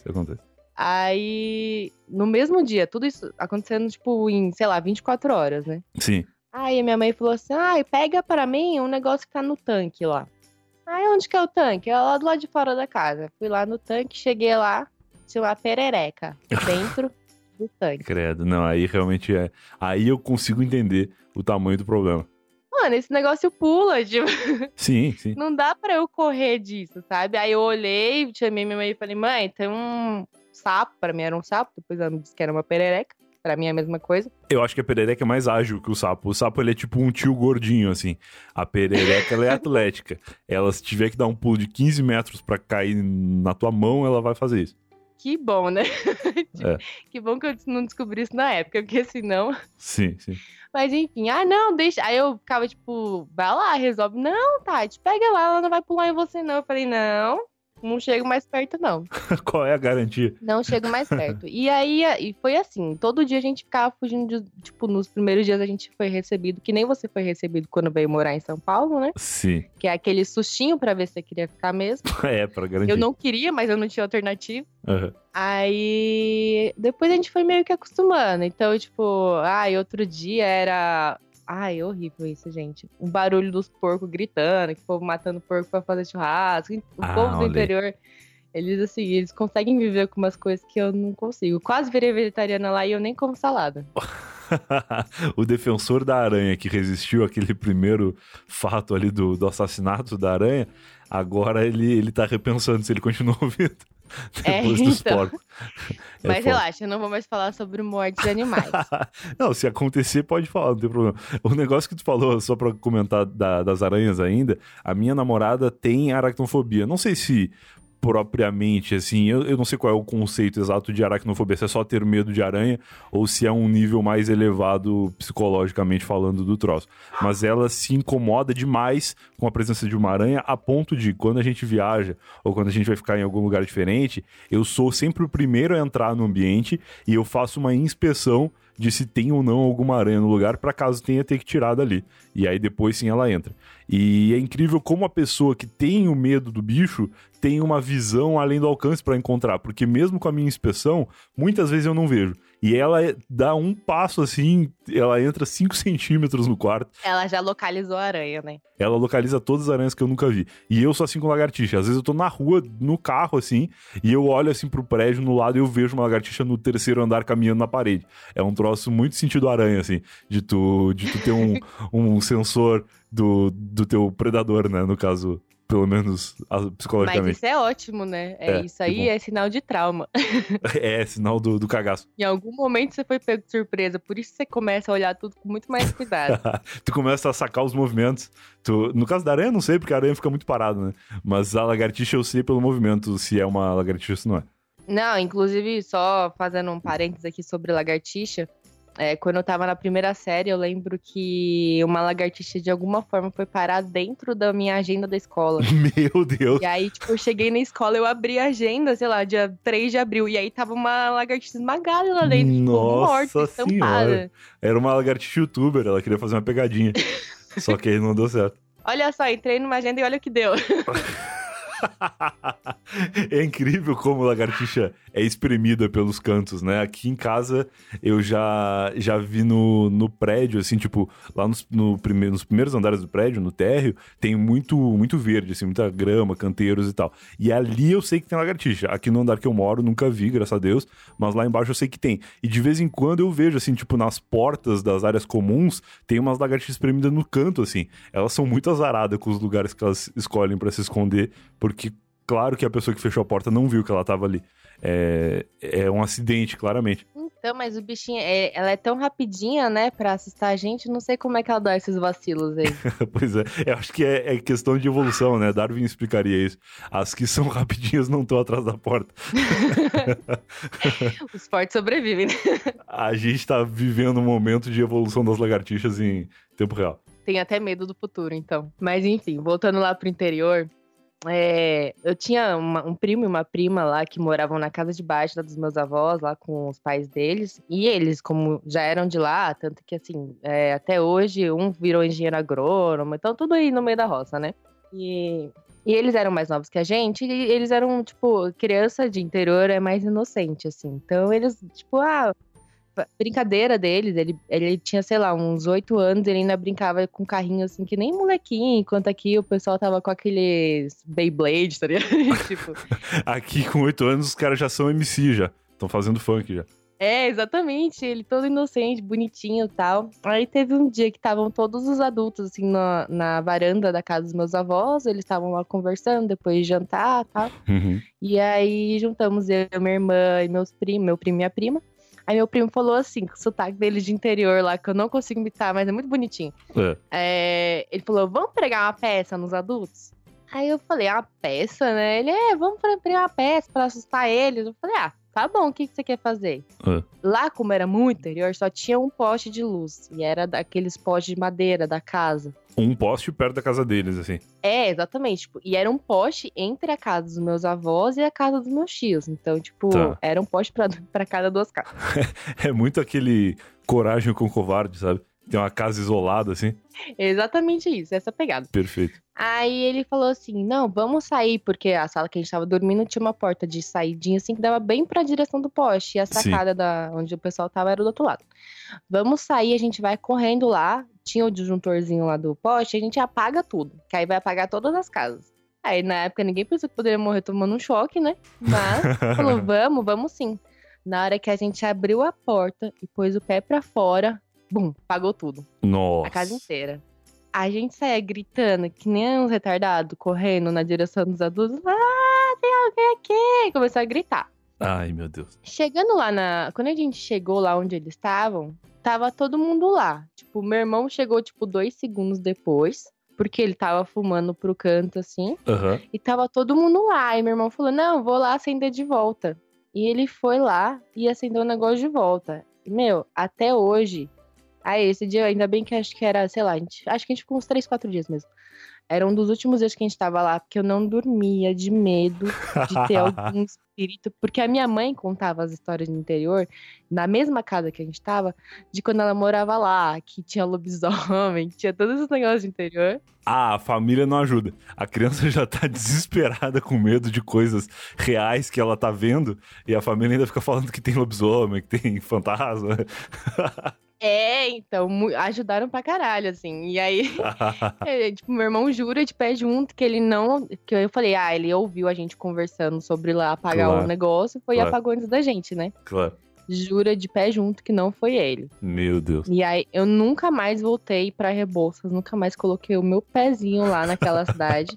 Aí, no mesmo dia, tudo isso acontecendo, tipo, em, sei lá, 24 horas, né? Sim. Aí minha mãe falou assim, pega pra mim um negócio que tá no tanque lá. Aí, onde que é o tanque? É lá do lado de fora da casa. Fui lá no tanque, cheguei lá, tinha uma perereca dentro do tanque. Credo, não, aí realmente é... Aí eu consigo entender o tamanho do problema. Mano, esse negócio pula, tipo... Sim. Não dá pra eu correr disso, sabe? Aí eu olhei, chamei minha mãe e falei, mãe, tem um sapo. Pra mim era um sapo, depois ela me disse que era uma perereca. Pra mim é a mesma coisa. Eu acho que a perereca é mais ágil que o sapo. O sapo, ele é tipo um tio gordinho, assim. A perereca, ela é atlética. Ela, se tiver que dar um pulo de 15 metros pra cair na tua mão, ela vai fazer isso. Que bom, né? Que bom que eu não descobri isso na época, porque senão... Sim. Mas enfim, não, deixa... Aí eu ficava tipo, vai lá, resolve. Não, Tati, pega lá, ela não vai pular em você não. Eu falei, não chego mais perto não. Qual é a garantia? Não chego mais perto. E aí, foi assim, todo dia a gente ficava fugindo tipo, nos primeiros dias a gente foi recebido, que nem você foi recebido quando veio morar em São Paulo, né? Sim. Que é aquele sustinho pra ver se você queria ficar mesmo. Pra garantir. Eu não queria, mas eu não tinha alternativa. Uhum. Aí, depois a gente foi meio que acostumando. Então, tipo, outro dia era... horrível isso, gente. O barulho dos porcos gritando, que o povo matando porco pra fazer churrasco. O povo do interior, eles conseguem viver com umas coisas que eu não consigo. Quase virei vegetariana lá e eu nem como salada. O defensor da aranha que resistiu àquele primeiro fato ali do assassinato da aranha, agora ele tá repensando se ele continua ouvindo. Depois dos porcos. Mas relaxa, eu não vou mais falar sobre mortes de animais. Não, se acontecer, pode falar, não tem problema. O negócio que tu falou, só pra comentar das aranhas ainda, a minha namorada tem aracnofobia. Não sei se propriamente, assim, eu não sei qual é o conceito exato de aracnofobia, se é só ter medo de aranha ou se é um nível mais elevado psicologicamente falando do troço. Mas ela se incomoda demais com a presença de uma aranha a ponto de, quando a gente viaja ou quando a gente vai ficar em algum lugar diferente, eu sou sempre o primeiro a entrar no ambiente e eu faço uma inspeção de se tem ou não alguma aranha no lugar, para caso tenha ter que tirar dali. E aí depois sim ela entra. E é incrível como a pessoa que tem o medo do bicho tem uma visão além do alcance para encontrar, porque mesmo com a minha inspeção, muitas vezes eu não vejo. E ela dá um passo assim, ela entra 5 centímetros no quarto. Ela já localizou a aranha, né? Ela localiza todas as aranhas que eu nunca vi. E eu sou assim com lagartixa. Às vezes eu tô na rua, no carro, assim, e eu olho assim pro prédio no lado e eu vejo uma lagartixa no 3º andar caminhando na parede. É um troço muito sentido aranha, assim, de tu ter um sensor do teu predador, né? No caso, pelo menos Mas psicologicamente. isso é ótimo, né? Isso que aí bom. é sinal de trauma. É sinal do cagaço. Em algum momento você foi pego de surpresa, por isso você começa a olhar tudo com muito mais cuidado. Tu começa a sacar os movimentos. No caso da aranha, eu não sei, porque a aranha fica muito parada, né? Mas a lagartixa eu sei pelo movimento se é uma lagartixa ou se não é. Não, inclusive, só fazendo um parênteses aqui sobre lagartixa, quando eu tava na primeira série, eu lembro que uma lagartixa de alguma forma foi parar dentro da minha agenda da escola. Meu Deus. E aí, tipo, eu cheguei na escola, eu abri a agenda, sei lá, dia 3 de abril, e aí tava uma lagartixa esmagada lá dentro, tipo, morta, Nossa senhora. estampada. Era uma lagartixa youtuber, ela queria fazer uma pegadinha. Só que aí não deu certo. Olha só, entrei numa agenda e olha o que deu. É incrível como a lagartixa é espremida pelos cantos, né? Aqui em casa eu já vi no prédio, assim, tipo, lá nos primeiros andares do prédio, no térreo, tem muito verde, assim, muita grama, canteiros e tal. E ali eu sei que tem lagartixa. Aqui no andar que eu moro, nunca vi, graças a Deus, mas lá embaixo eu sei que tem. E de vez em quando eu vejo, assim, tipo, nas portas das áreas comuns, tem umas lagartixas espremidas no canto, assim. Elas são muito azaradas com os lugares que elas escolhem pra se esconder, porque claro que a pessoa que fechou a porta não viu que ela tava ali. É um acidente, claramente. Então, mas o bichinho, ela é tão rapidinha, né, pra assustar a gente, não sei como é que ela dá esses vacilos aí. Pois é, eu acho que é questão de evolução, né? Darwin explicaria isso. As que são rapidinhas não estão atrás da porta. Os fortes sobrevivem, né? A gente tá vivendo um momento de evolução das lagartixas em tempo real. Tenho até medo do futuro, então. Mas enfim, voltando lá pro interior, eu tinha um primo e uma prima lá que moravam na casa de baixo lá dos meus avós, lá com os pais deles. E eles, como já eram de lá, tanto que assim, até hoje, um virou engenheiro agrônomo, então tudo aí no meio da roça, né? E eles eram mais novos que a gente, e eles eram, tipo, criança de interior é mais inocente, assim. Então eles, tipo, brincadeira deles, ele tinha, sei lá, uns 8 anos, ele ainda brincava com carrinho assim, que nem molequinho, enquanto aqui o pessoal tava com aqueles Beyblade, tá ligado? Tipo, Aqui com 8 anos os caras já são MC já. Estão fazendo funk já. exatamente, ele todo inocente, bonitinho e tal. Aí teve um dia que estavam todos os adultos, assim, na varanda da casa dos meus avós, eles estavam lá conversando depois de jantar e tal. Uhum. E aí juntamos eu, minha irmã e meus primos, meu primo e minha prima. Aí meu primo falou assim, com o sotaque dele de interior lá, que eu não consigo imitar, mas é muito bonitinho. Ele falou, vamos pregar uma peça nos adultos? Aí eu falei, uma peça, né? Ele, vamos pregar uma peça pra assustar eles. Eu falei, tá bom, o que você quer fazer? Lá, como era muito interior, só tinha um poste de luz. E era daqueles postes de madeira da casa. Um poste perto da casa deles, assim. Exatamente. Tipo, e era um poste entre a casa dos meus avós e a casa dos meus tios. Então, tipo, era um poste pra cada duas casas. É muito aquele coragem com covarde, sabe? Tem uma casa isolada, assim. Exatamente isso, essa pegada. Perfeito. Aí ele falou assim, não, vamos sair, porque a sala que a gente tava dormindo tinha uma porta de saidinha, assim, que dava bem pra direção do poste. E a sacada onde o pessoal tava era do outro lado. Vamos sair, a gente vai correndo lá, tinha o disjuntorzinho lá do poste, a gente apaga tudo, que aí vai apagar todas as casas. Aí na época ninguém pensou que poderia morrer tomando um choque, né? Mas falou, vamos sim. Na hora que a gente abriu a porta e pôs o pé pra fora, bum, apagou tudo. Nossa. A casa inteira. A gente saía gritando, que nem uns retardados, correndo na direção dos adultos. Tem alguém aqui! Começou a gritar. Ai, meu Deus. Chegando lá quando a gente chegou lá onde eles estavam, tava todo mundo lá. Tipo, meu irmão chegou, 2 segundos depois, porque ele tava fumando pro canto, assim. Uhum. E tava todo mundo lá. E meu irmão falou, não, vou lá acender de volta. E ele foi lá e acendeu o negócio de volta. E, até hoje... Aí, esse dia, ainda bem que acho que era, sei lá, acho que a gente ficou uns 3, 4 dias mesmo. Era um dos últimos dias que a gente tava lá, porque eu não dormia de medo de ter algum espírito. Porque a minha mãe contava as histórias do interior, na mesma casa que a gente tava, de quando ela morava lá, que tinha lobisomem, que tinha todos esses negócios de interior. A família não ajuda. A criança já tá desesperada com medo de coisas reais que ela tá vendo, e a família ainda fica falando que tem lobisomem, que tem fantasma. Então, ajudaram pra caralho, assim. E aí, meu irmão jura de pé junto que ele não... Que eu falei, ele ouviu a gente conversando sobre lá apagar o negócio, e apagou antes da gente, né? Claro. Jura de pé junto que não foi ele. Meu Deus. E aí, eu nunca mais voltei pra Rebouças, nunca mais coloquei o meu pezinho lá naquela cidade.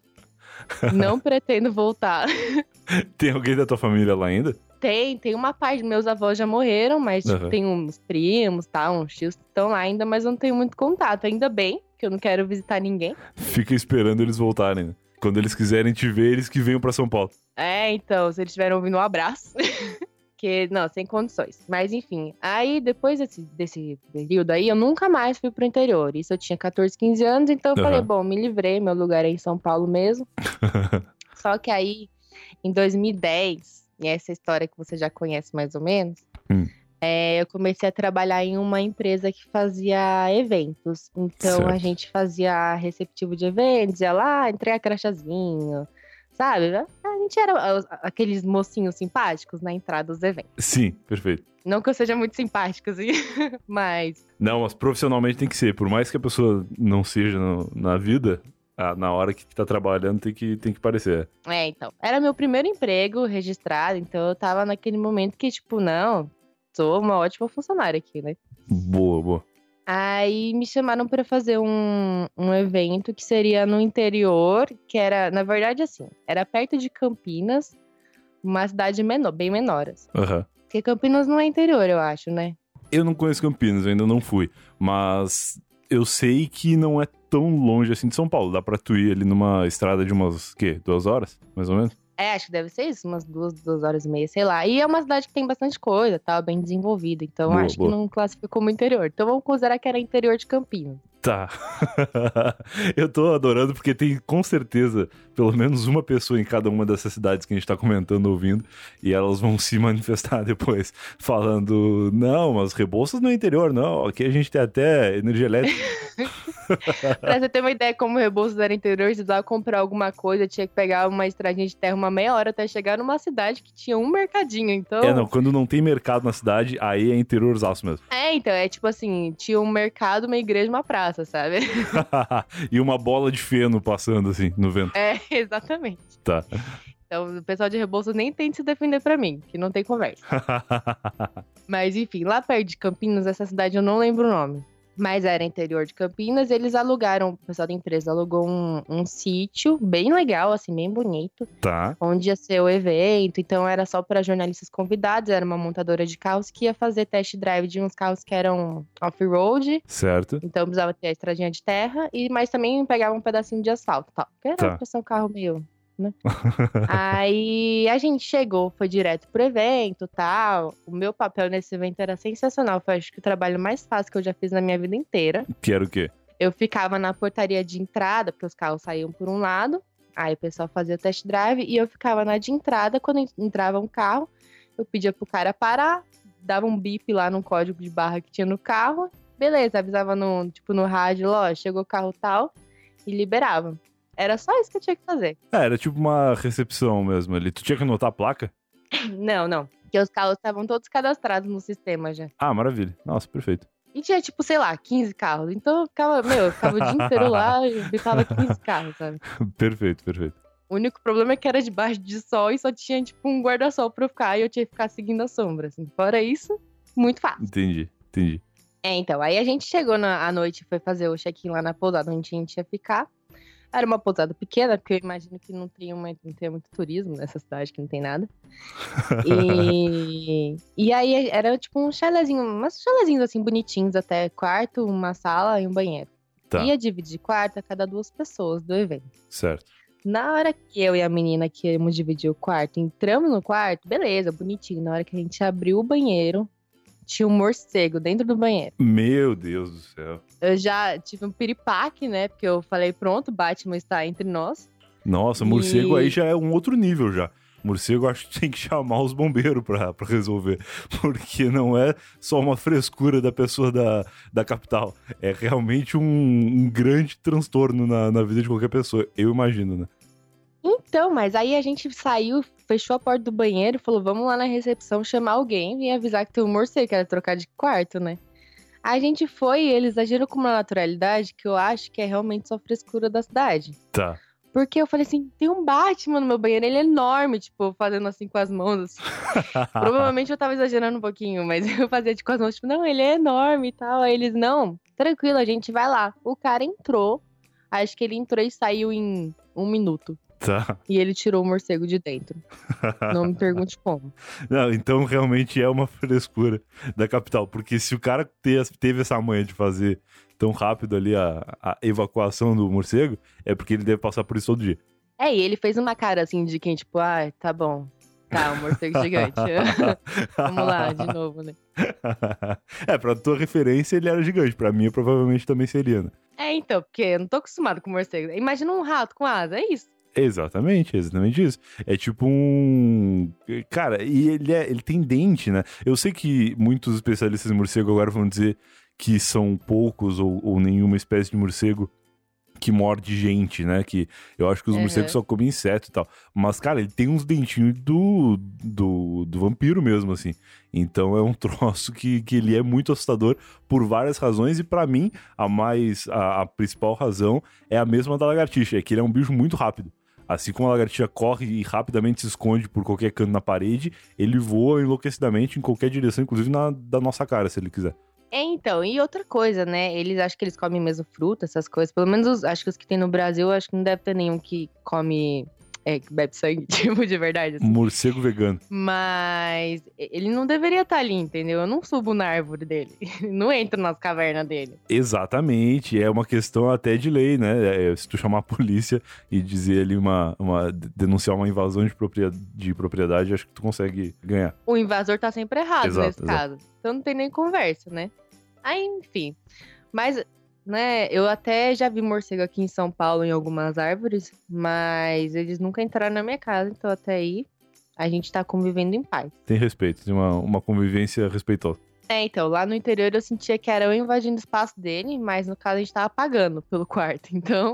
Não pretendo voltar. Tem alguém da tua família lá ainda? Tem uma parte, meus avós já morreram, mas tipo, Aham. tem uns primos, tá, uns tios que estão lá ainda, mas eu não tenho muito contato. Ainda bem, que eu não quero visitar ninguém. Fica esperando eles voltarem, né? Quando eles quiserem te ver, eles que venham pra São Paulo. Então, se eles estiverem ouvindo, um abraço. Que, não, sem condições. Mas enfim, aí depois desse período aí, eu nunca mais fui pro interior. Isso eu tinha 14, 15 anos, então eu falei, Aham. bom, me livrei, meu lugar é em São Paulo mesmo. Só que aí, em 2010, e essa história que você já conhece mais ou menos, eu comecei a trabalhar em uma empresa que fazia eventos. Então a Certo. gente fazia receptivo de eventos, ia lá, entregar crachazinho, sabe? A gente era aqueles mocinhos simpáticos na entrada dos eventos. Sim, perfeito. Não que eu seja muito simpática, assim, mas... Não, mas profissionalmente tem que ser. Por mais que a pessoa não seja na vida, na hora que tá trabalhando tem que parecer. Então. Era meu primeiro emprego registrado, então eu tava naquele momento que, tipo, não, sou uma ótima funcionária aqui, né? Boa, boa. Aí me chamaram pra fazer um evento que seria no interior, que era, na verdade, assim, era perto de Campinas, uma cidade menor, bem menor, assim. Aham. Porque Campinas não é interior, eu acho, né? Eu não conheço Campinas, eu ainda não fui. Mas eu sei que não é tão longe assim de São Paulo. Dá pra tu ir ali numa estrada de umas, 2 horas, mais ou menos? Acho que deve ser isso, umas 2 horas e meia, sei lá. E é uma cidade que tem bastante coisa, tá? Bem desenvolvida. Então, Boa, acho boa. que não classifica como interior. Então, vamos considerar que era interior de Campinas. Tá. Eu tô adorando porque tem com certeza pelo menos uma pessoa em cada uma dessas cidades que a gente tá comentando, ouvindo, e elas vão se manifestar depois, falando: não, mas Rebouças no interior, não. Aqui a gente tem até energia elétrica. Pra você ter uma ideia como o Rebouças era interior, você precisava comprar alguma coisa, tinha que pegar uma estradinha de terra uma meia hora até chegar numa cidade que tinha um mercadinho. Então. Não, quando não tem mercado na cidade, aí é interiorzaço mesmo. Então, é tipo assim, tinha um mercado, uma igreja e uma praça, sabe? E uma bola de feno passando assim no vento. Exatamente. Tá. Então, o pessoal de Rebouças nem tem de se defender pra mim, que não tem conversa. Mas enfim, lá perto de Campinas, essa cidade eu não lembro o nome. Mas era interior de Campinas, eles alugaram, o pessoal da empresa alugou um sítio bem legal, assim, bem bonito, Tá, onde ia ser o evento. Então era só para jornalistas convidados, era uma montadora de carros que ia fazer test drive de uns carros que eram off-road. certo. Então precisava ter a estradinha de terra, mas também pegava um pedacinho de asfalto, tal. Porque era Tá. pra ser um carro meio... né? Aí a gente chegou, foi direto pro evento, tal. O meu papel nesse evento era sensacional. Foi, acho que o trabalho mais fácil que eu já fiz na minha vida inteira. Que era o quê? Eu ficava na portaria de entrada, porque os carros saíam por um lado. Aí o pessoal fazia o test drive e eu ficava na de entrada. Quando entrava um carro, eu pedia pro cara parar, dava um bip lá no código de barra que tinha no carro. Beleza, avisava no rádio, ó, chegou o carro tal, e liberava. Era só isso que eu tinha que fazer. Era tipo uma recepção mesmo ali. Tu tinha que anotar a placa? Não. Porque os carros estavam todos cadastrados no sistema já. Ah, maravilha. Nossa, perfeito. E tinha, tipo, sei lá, 15 carros. Então eu ficava o dia inteiro lá e bipava 15 carros, sabe? Perfeito. O único problema é que era debaixo de sol e só tinha, tipo, um guarda-sol pra eu ficar. E eu tinha que ficar seguindo a sombra, assim. Fora isso, muito fácil. Entendi. Então, aí a gente chegou à noite e foi fazer o check-in lá na pousada onde a gente ia ficar. Era uma pousada pequena, porque eu imagino que não tenha muito turismo nessa cidade, que não tem nada. E aí era tipo um chalezinho, umas chalezinhos assim bonitinhos até, quarto, uma sala e um banheiro. Tá. Ia dividir quarto a cada 2 pessoas do evento. Certo. Na hora que eu e a menina que íamos dividir o quarto, entramos no quarto, beleza, bonitinho. Na hora que a gente abriu o banheiro, tinha um morcego dentro do banheiro. Meu Deus do céu. Eu já tive um piripaque, né? Porque eu falei, pronto, Batman está entre nós. Nossa, morcego aí já é um outro nível já. Morcego acho que tem que chamar os bombeiros pra resolver. Porque não é só uma frescura da pessoa da capital. É realmente um grande transtorno na vida de qualquer pessoa. Eu imagino, né? Então, mas aí a gente saiu, fechou a porta do banheiro e falou, vamos lá na recepção chamar alguém e avisar que tem um morcego, que era trocar de quarto, né? A gente foi e eles agiram com uma naturalidade que eu acho que é realmente só frescura da cidade. Tá. Porque eu falei assim, tem um Batman no meu banheiro, ele é enorme, tipo, fazendo assim com as mãos, assim. Provavelmente eu tava exagerando um pouquinho, mas eu fazia com as mãos, tipo, não, ele é enorme e tal. Aí eles, não, tranquilo, a gente vai lá. O cara entrou, acho que ele entrou e saiu em 1 minuto. Tá. E ele tirou o morcego de dentro. Não me pergunte como. Não, então realmente é uma frescura da capital, porque se o cara teve essa manha de fazer tão rápido ali a evacuação do morcego, é porque ele deve passar por isso todo dia. E ele fez uma cara assim de quem, tipo, tá bom. Tá, um morcego gigante. Vamos lá, de novo, né? Pra tua referência, ele era gigante. Pra mim, provavelmente também seria, né? Então, porque eu não tô acostumado com morcego. Imagina um rato com asa, é isso. Exatamente isso. É tipo um... Cara, e ele tem dente, né? Eu sei que muitos especialistas em morcego agora vão dizer que são poucos ou nenhuma espécie de morcego que morde gente, né? Que eu acho que os morcegos só comem inseto e tal. Mas, cara, ele tem uns dentinhos do vampiro mesmo, assim. Então é um troço que ele é muito assustador por várias razões. E pra mim, a principal razão é a mesma da lagartixa. É que ele é um bicho muito rápido. Assim como a lagartixa corre e rapidamente se esconde por qualquer canto na parede, ele voa enlouquecidamente em qualquer direção, inclusive da nossa cara, se ele quiser. Então, e outra coisa, né? Eles acham que eles comem mesmo fruta, essas coisas. Pelo menos acho que os que tem no Brasil, acho que não deve ter nenhum que come, que bebe sangue, tipo, de verdade. Assim. Morcego vegano. Mas ele não deveria estar ali, entendeu? Eu não subo na árvore dele. Não entro nas cavernas dele. Exatamente, é uma questão até de lei, né? Se tu chamar a polícia e dizer ali denunciar uma invasão de propriedade, acho que tu consegue ganhar. O invasor tá sempre errado nesse caso. Então não tem nem conversa, né? Aí, enfim. Mas, né, eu até já vi morcego aqui em São Paulo em algumas árvores, mas eles nunca entraram na minha casa, então até aí a gente tá convivendo em paz. Tem respeito, tem uma convivência respeitosa. Então, lá no interior eu sentia que era eu invadindo o espaço dele, mas no caso a gente tava pagando pelo quarto, então...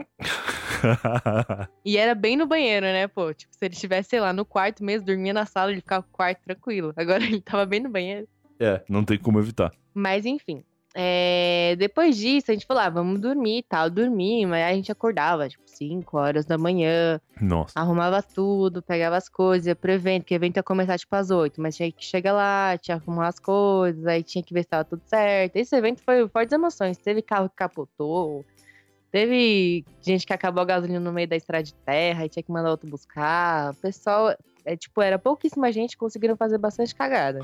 E era bem no banheiro, né, pô? Tipo, se ele estivesse, sei lá, no quarto mesmo, dormia na sala, ele ficava com o quarto tranquilo. Agora ele tava bem no banheiro. Não tem como evitar. Mas enfim, depois disso a gente falou, vamos dormir e tal. Dormir, mas a gente acordava, tipo, 5 horas da manhã. Nossa. Arrumava tudo, pegava as coisas, ia pro evento, que o evento ia começar tipo às 8, mas tinha que chegar lá, tinha que arrumar as coisas, aí tinha que ver se tava tudo certo. Esse evento foi fortes emoções, teve carro que capotou, teve gente que acabou a gasolina no meio da estrada de terra e tinha que mandar outro buscar. O pessoal, era pouquíssima gente, conseguiram fazer bastante cagada.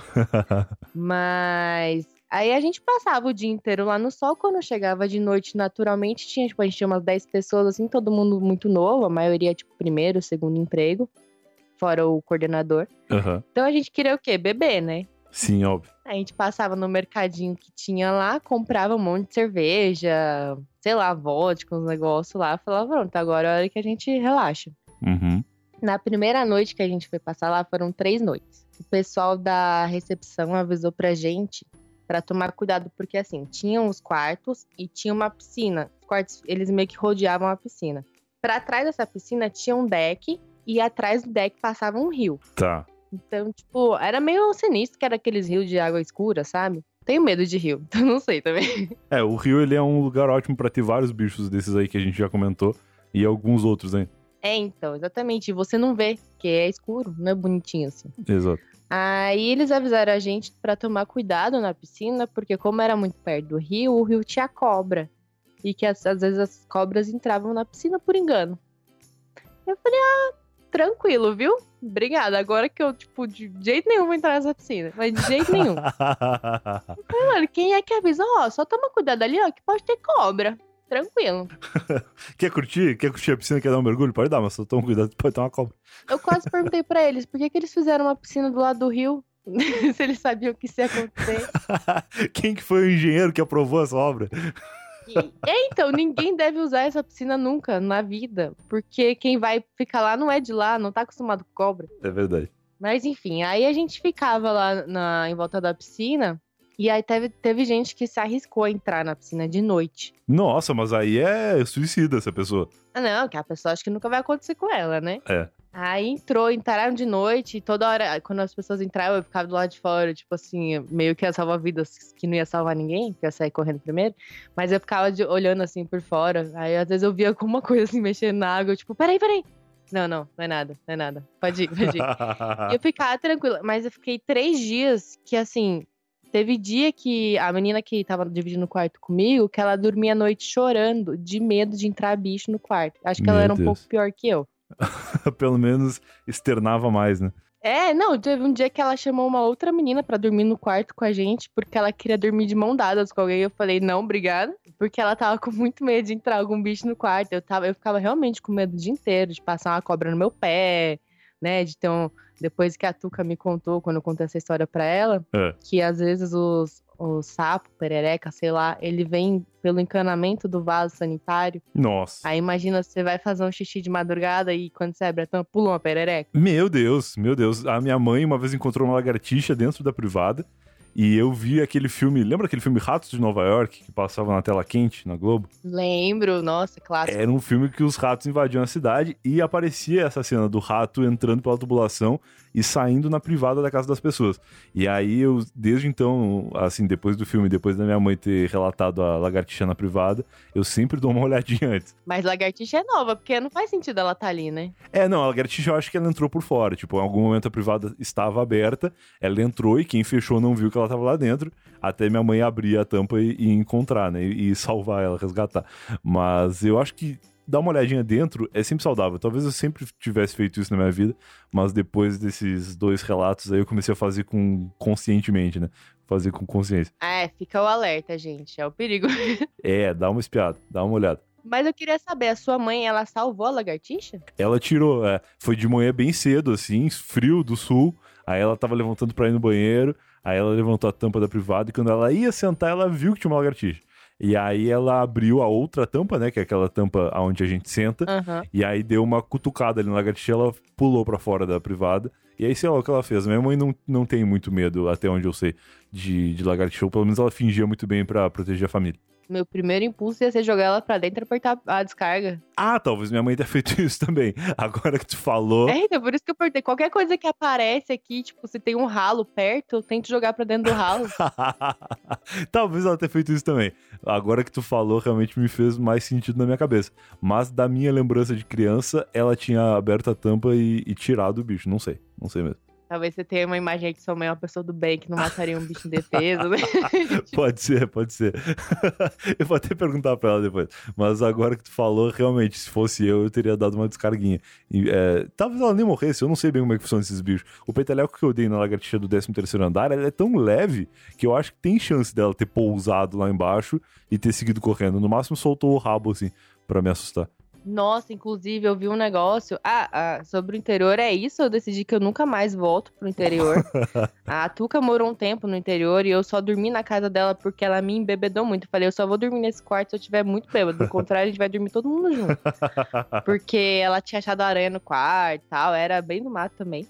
Mas aí a gente passava o dia inteiro lá no sol, quando chegava de noite, naturalmente, a gente tinha umas 10 pessoas, assim, todo mundo muito novo, a maioria, tipo, primeiro, segundo emprego, fora o coordenador. Uhum. Então a gente queria o quê? Beber, né? Sim, óbvio. A gente passava no mercadinho que tinha lá, comprava um monte de cerveja, sei lá, vodka, uns negócios lá, falava, pronto, agora é a hora que a gente relaxa. Uhum. Na primeira noite que a gente foi passar lá, foram 3 noites. O pessoal da recepção avisou pra gente pra tomar cuidado, porque assim, tinham os quartos e tinha uma piscina. Os quartos, eles meio que rodeavam a piscina. Pra trás dessa piscina tinha um deck e atrás do deck passava um rio. Tá. Então, tipo, era meio sinistro, que era aqueles rios de água escura, sabe? Tenho medo de rio, então não sei também. O rio, ele é um lugar ótimo pra ter vários bichos desses aí que a gente já comentou e alguns outros, hein? Então, exatamente. Você não vê, porque é escuro, não é bonitinho assim. Exato. Aí eles avisaram a gente pra tomar cuidado na piscina, porque como era muito perto do rio, o rio tinha cobra. E que às vezes as cobras entravam na piscina por engano. Eu falei, tranquilo, viu? Obrigada. Agora que eu, tipo, de jeito nenhum vou entrar nessa piscina. Mas de jeito nenhum. Eu falei, mano, quem é que avisa? Só toma cuidado ali, que pode ter cobra. Tranquilo. Quer curtir? Quer curtir a piscina? Quer dar um mergulho? Pode dar, mas só toma cuidado, pode ter uma cobra. Eu quase perguntei pra eles, por que eles fizeram uma piscina do lado do rio? Se eles sabiam que isso ia acontecer. Quem que foi o engenheiro que aprovou essa obra? Então, ninguém deve usar essa piscina nunca na vida, porque quem vai ficar lá não é de lá, não tá acostumado com cobra. É verdade. Mas enfim, aí a gente ficava lá em volta da piscina, e aí teve gente que se arriscou a entrar na piscina de noite. Nossa, mas aí é suicida essa pessoa. Não, que a pessoa acha que nunca vai acontecer com ela, né? É. Aí entraram de noite, e toda hora, quando as pessoas entravam, eu ficava do lado de fora, tipo assim, meio que ia salvar vidas, que não ia salvar ninguém, que ia sair correndo primeiro, mas eu ficava olhando assim por fora, aí às vezes eu via alguma coisa assim, mexendo na água, eu tipo, peraí. Não é nada, pode ir. E eu ficava tranquila, mas eu fiquei 3 dias que assim, teve dia que a menina que tava dividindo o quarto comigo, que ela dormia a noite chorando, de medo de entrar bicho no quarto. Acho que ela era um pouco pior que eu. Pelo menos externava mais, né? Não, teve um dia que ela chamou uma outra menina pra dormir no quarto com a gente, porque ela queria dormir de mão dadas com alguém. Eu falei, não, obrigada. Porque ela tava com muito medo de entrar algum bicho no quarto. Eu ficava realmente com medo o dia inteiro, de passar uma cobra no meu pé, né? De ter Depois que a Tuca me contou, quando eu contei essa história pra ela, que às vezes o sapo, perereca, sei lá, ele vem pelo encanamento do vaso sanitário. Nossa. Aí imagina, você vai fazer um xixi de madrugada e quando você abre a tampa, pula uma perereca. Meu Deus. A minha mãe uma vez encontrou uma lagartixa dentro da privada e eu vi aquele filme, lembra aquele filme Ratos de Nova York, que passava na tela quente, na Globo? Lembro, nossa, clássico. Era um filme que os ratos invadiam a cidade e aparecia essa cena do rato entrando pela tubulação e saindo na privada da casa das pessoas. E aí eu, desde então, assim, depois do filme, depois da minha mãe ter relatado a lagartixa na privada, eu sempre dou uma olhadinha antes. Mas lagartixa é nova, porque não faz sentido ela estar ali, né? Não, a lagartixa eu acho que ela entrou por fora. Tipo, em algum momento a privada estava aberta, ela entrou e quem fechou não viu que ela estava lá dentro, até minha mãe abrir a tampa e encontrar, né? E salvar ela, resgatar. Mas eu acho que dar uma olhadinha dentro é sempre saudável. Talvez eu sempre tivesse feito isso na minha vida, mas depois desses 2 relatos aí eu comecei a fazer conscientemente, né? Fazer com consciência. Fica o alerta, gente. É o perigo. Dá uma espiada, dá uma olhada. Mas eu queria saber, a sua mãe, ela salvou a lagartixa? Ela tirou, foi de manhã bem cedo, assim, frio do sul. Aí ela tava levantando pra ir no banheiro, aí ela levantou a tampa da privada e quando ela ia sentar, ela viu que tinha uma lagartixa. E aí ela abriu a outra tampa, né, que é aquela tampa onde a gente senta, e aí deu uma cutucada ali na lagartixa, ela pulou pra fora da privada, e aí sei lá o que ela fez. Minha mãe não tem muito medo, até onde eu sei, de lagartixa, ou pelo menos ela fingia muito bem pra proteger a família. Meu primeiro impulso ia ser jogar ela pra dentro e apertar a descarga. Talvez minha mãe tenha feito isso também. Agora que tu falou... Então por isso que eu perguntei. Qualquer coisa que aparece aqui, tipo, se tem um ralo perto, eu tento jogar pra dentro do ralo. Talvez ela tenha feito isso também. Agora que tu falou, realmente me fez mais sentido na minha cabeça. Mas da minha lembrança de criança, ela tinha aberto a tampa e tirado o bicho. Não sei mesmo. Talvez você tenha uma imagem que sua mãe é uma pessoa do bem, que não mataria um bicho indefeso, né? Pode ser. Eu vou até perguntar pra ela depois. Mas agora que tu falou, realmente, se fosse eu teria dado uma descarguinha. Talvez ela nem morresse, eu não sei bem como é que funcionam esses bichos. O peteleco que eu dei na lagartixa do 13º andar, ela é tão leve que eu acho que tem chance dela ter pousado lá embaixo e ter seguido correndo. No máximo soltou o rabo, assim, pra me assustar. Nossa, inclusive, eu vi um negócio. Sobre o interior é isso. Eu decidi que eu nunca mais volto pro interior. A Tuca morou um tempo no interior e eu só dormi na casa dela porque ela me embebedou muito. Eu falei, eu só vou dormir nesse quarto se eu estiver muito bêbado. Do contrário, a gente vai dormir todo mundo junto. Porque ela tinha achado aranha no quarto e tal. Era bem do mato também.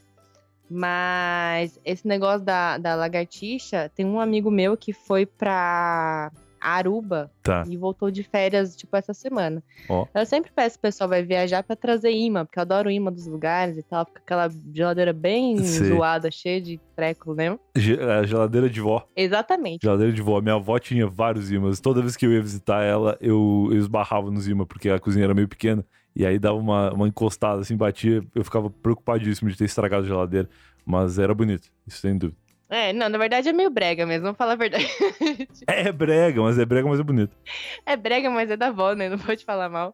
Mas esse negócio da lagartixa, tem um amigo meu que foi pra Aruba e voltou de férias, tipo, essa semana. Eu sempre peço pro pessoal vai viajar pra trazer imã, porque eu adoro o imã dos lugares e tal. Fica aquela geladeira bem zoada, cheia de treco, lembra? A geladeira de vó. Exatamente. Geladeira de vó. Minha avó tinha vários imãs. Toda vez que eu ia visitar ela, eu esbarrava nos imãs, porque a cozinha era meio pequena. E aí dava uma encostada, assim, batia. Eu ficava preocupadíssimo de ter estragado a geladeira. Mas era bonito, isso sem dúvida. Não, na verdade é meio brega mesmo, vamos falar a verdade. É brega, mas é bonito. É brega, mas é da avó, né? Não pode falar mal.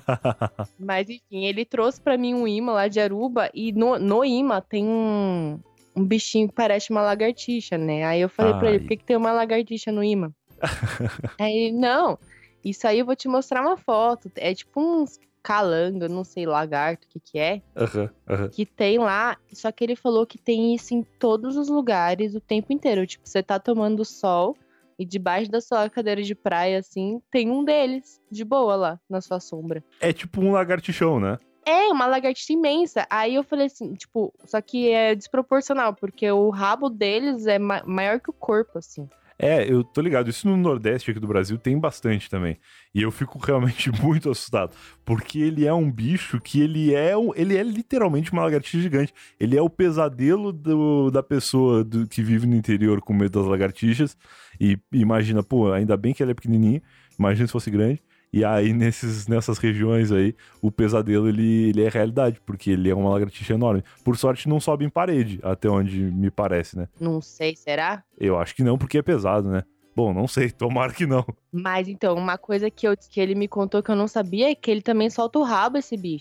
Mas enfim, ele trouxe pra mim um imã lá de Aruba e no imã tem um bichinho que parece uma lagartixa, né? Aí eu falei pra ele, por que tem uma lagartixa no imã? Aí ele, não, isso aí eu vou te mostrar uma foto. É tipo uns calanga, não sei, lagarto, o que é, que tem lá, só que ele falou que tem isso em todos os lugares o tempo inteiro, tipo, você tá tomando sol e debaixo da sua cadeira de praia, assim, tem um deles, de boa lá, na sua sombra. É tipo um lagartixão, né? É, uma lagartixa imensa. Aí eu falei assim, tipo, só que é desproporcional, porque o rabo deles é maior que o corpo, assim. Eu tô ligado. Isso no Nordeste aqui do Brasil tem bastante também. E eu fico realmente muito assustado. Porque ele é um bicho que ele é literalmente uma lagartixa gigante. Ele é o pesadelo da pessoa que vive no interior com medo das lagartixas. E imagina, pô, ainda bem que ele é pequenininho. Imagina se fosse grande. E aí, nessas regiões aí, o pesadelo, ele é realidade, porque ele é uma lagartixa enorme. Por sorte, não sobe em parede, até onde me parece, né? Não sei, será? Eu acho que não, porque é pesado, né? Bom, não sei, tomara que não. Mas, então, uma coisa que ele me contou que eu não sabia é que ele também solta o rabo, esse bicho.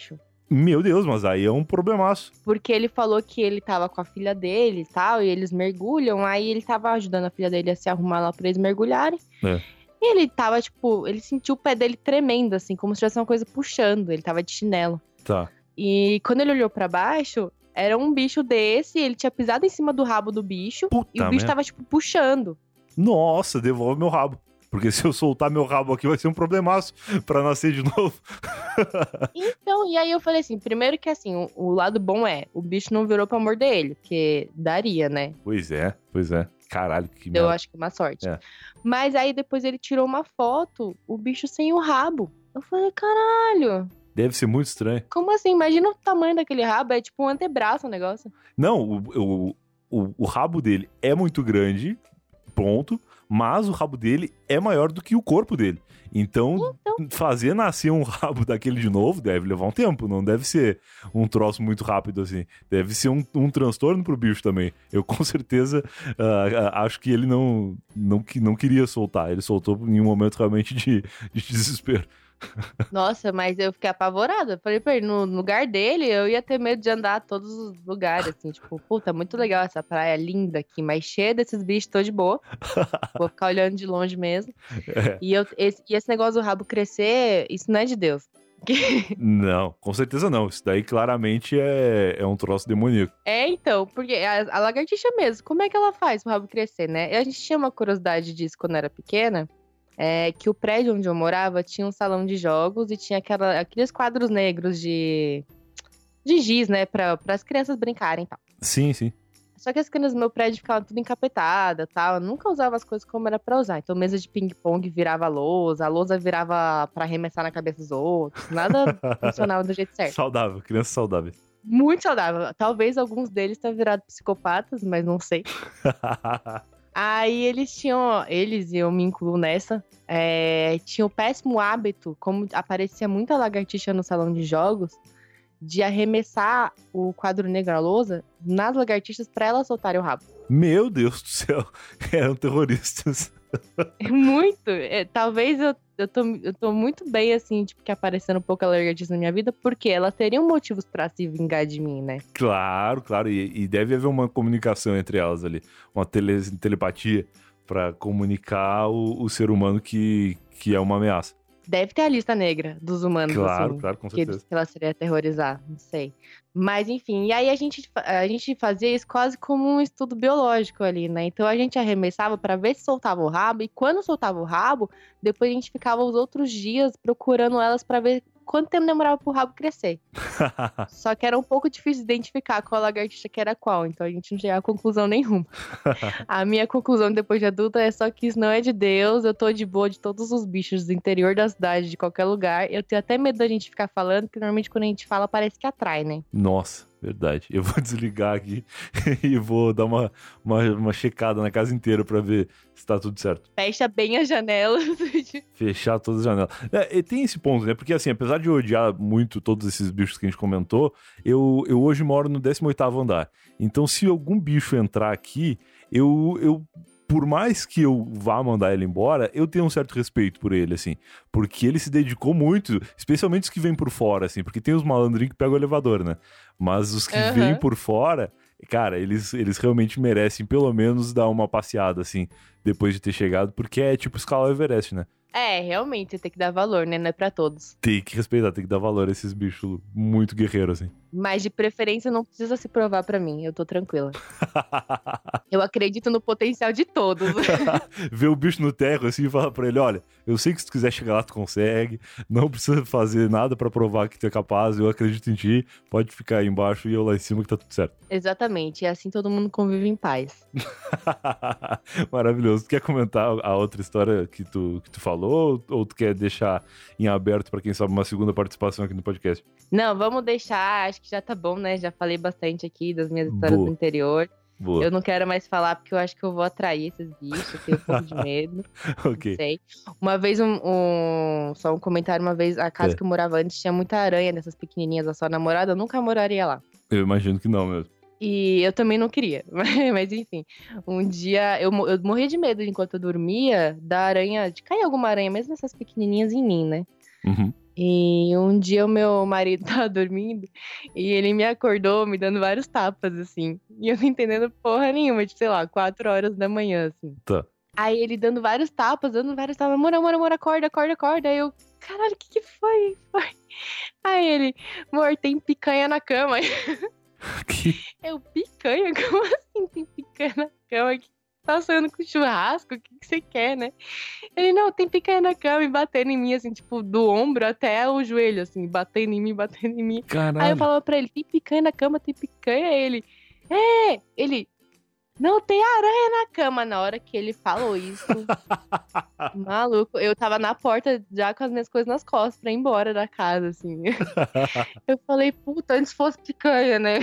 Meu Deus, mas aí é um problemaço. Porque ele falou que ele tava com a filha dele e tal, e eles mergulham, aí ele tava ajudando a filha dele a se arrumar lá pra eles mergulharem. É. E ele tava, tipo, ele sentiu o pé dele tremendo, assim, como se tivesse uma coisa puxando. Ele tava de chinelo. Tá. E quando ele olhou pra baixo, era um bicho desse, ele tinha pisado em cima do rabo do bicho, Puta e o bicho merda. tava, tipo, puxando. Nossa, devolve meu rabo. Porque se eu soltar meu rabo aqui vai ser um problemaço pra nascer de novo. Então, e aí eu falei assim, primeiro que assim, o lado bom é, o bicho não virou pra morder ele, porque daria, né? Pois é. Caralho, que Eu merda. acho que é uma sorte. É. Mas aí depois ele tirou uma foto, o bicho sem o rabo. Eu falei, caralho, Deve ser muito estranho. como assim? Imagina o tamanho daquele rabo, é tipo um antebraço o negócio. Não, o rabo dele é muito grande, ponto, mas o rabo dele é maior do que o corpo dele. Então, fazer nascer um rabo daquele de novo deve levar um tempo, não deve ser um troço muito rápido assim. Deve ser um transtorno pro bicho também. Eu com certeza acho que ele não queria soltar. Ele soltou em um momento realmente de desespero. Nossa, mas eu fiquei apavorada. Eu falei pra ele, no lugar dele, eu ia ter medo de andar a todos os lugares, assim, tipo, puta, muito legal essa praia linda aqui, mas cheia desses bichos, tô de boa. Vou ficar olhando de longe mesmo. É. E esse negócio do rabo crescer, isso não é de Deus. Não, com certeza não. Isso daí claramente é um troço demoníaco. É, então, porque a lagartixa mesmo, como é que ela faz o rabo crescer, né? A gente tinha uma curiosidade disso quando era pequena, que o prédio onde eu morava tinha um salão de jogos e tinha aqueles quadros negros de giz, né, para as crianças brincarem e tal. Sim, sim. Só que as crianças do meu prédio ficavam tudo encapetada e tal. Eu nunca usava as coisas como era pra usar. Então, mesa de ping-pong virava a lousa virava pra arremessar na cabeça dos outros. Nada funcionava do jeito certo. Saudável, criança saudável. Muito saudável. Talvez alguns deles tenham virado psicopatas, mas não sei. Aí eles, e eu me incluo nessa, tinham o péssimo hábito, como aparecia muita lagartixa no salão de jogos, de arremessar o quadro negro à lousa nas lagartixas pra elas soltarem o rabo. Meu Deus do céu, eram terroristas. Muito! Talvez eu tô muito bem, assim, tipo, que aparecendo um pouco a lagartixa na minha vida, porque elas teriam motivos pra se vingar de mim, né? Claro, e deve haver uma comunicação entre elas ali, uma telepatia pra comunicar o ser humano que é uma ameaça. Deve ter a lista negra dos humanos, Claro, assim, claro, com certeza. que elas seriam aterrorizar, não sei. Mas, enfim, e aí a gente fazia isso quase como um estudo biológico ali, né? Então a gente arremessava pra ver se soltava o rabo, e quando soltava o rabo, depois a gente ficava os outros dias procurando elas pra ver quanto tempo demorava pro rabo crescer. Só que era um pouco difícil identificar qual lagartixa que era qual, então a gente não chegava a conclusão nenhuma. A minha conclusão depois de adulta é só que isso não é de Deus, eu tô de boa de todos os bichos do interior da cidade, de qualquer lugar. Eu tenho até medo da gente ficar falando, porque normalmente quando a gente fala parece que atrai, né? Nossa, verdade. Eu vou desligar aqui e vou dar uma checada na casa inteira pra ver se tá tudo certo. Fecha bem as janelas. Fechar todas as janelas. E tem esse ponto, né? Porque assim, apesar de eu odiar muito todos esses bichos que a gente comentou, eu hoje moro no 18º andar. Então se algum bicho entrar aqui, eu por mais que eu vá mandar ele embora, eu tenho um certo respeito por ele, assim. Porque ele se dedicou muito, especialmente os que vêm por fora, assim. Porque tem os malandrinhos que pegam o elevador, né? Mas os que vêm por fora, cara, eles realmente merecem pelo menos dar uma passeada, assim, depois de ter chegado. Porque é tipo escalar o Everest, né? Realmente, você tem que dar valor, né? Não é pra todos. Tem que respeitar, tem que dar valor a esses bichos muito guerreiros, assim. Mas de preferência não precisa se provar pra mim, eu tô tranquila. Eu acredito no potencial de todos. Vê o bicho no terra assim e fala pra ele, olha, eu sei que se tu quiser chegar lá tu consegue, não precisa fazer nada pra provar que tu é capaz, eu acredito em ti, pode ficar aí embaixo e eu lá em cima que tá tudo certo. Exatamente, e assim todo mundo convive em paz. Maravilhoso. Tu quer comentar a outra história que tu falou ou tu quer deixar em aberto pra quem sabe uma segunda participação aqui no podcast? Não, vamos deixar, acho que já tá bom, né? Já falei bastante aqui das minhas histórias do interior. Boa. Eu não quero mais falar porque eu acho que eu vou atrair esses bichos, eu tenho um pouco de medo. Ok. Não sei. Uma vez, só um comentário, uma vez, a casa que eu morava antes tinha muita aranha dessas pequenininhas, a sua namorada, eu nunca moraria lá. Eu imagino que não mesmo. E eu também não queria, mas enfim. Um dia, eu morria de medo enquanto eu dormia, da aranha, de cair alguma aranha, mesmo essas pequenininhas em mim, né? Uhum. E um dia o meu marido tava dormindo e ele me acordou me dando vários tapas, assim. E eu não entendendo porra nenhuma, tipo, sei lá, 4 horas da manhã, assim. Tá. Aí ele dando vários tapas, amor, acorda. Aí eu, caralho, o que foi? Aí ele, amor, tem picanha na cama. Que... Eu, picanha? Como assim tem picanha na cama? Tá sonhando com churrasco? O que você quer, né? Ele, não, tem picanha na cama e batendo em mim, assim, tipo, do ombro até o joelho, assim, batendo em mim. Caralho. Aí eu falava pra ele, tem picanha na cama, tem picanha? Ele, não tem aranha na cama. Na hora que ele falou isso, maluco, eu tava na porta já com as minhas coisas nas costas pra ir embora da casa, assim. Eu falei, puta, antes fosse picanha, né?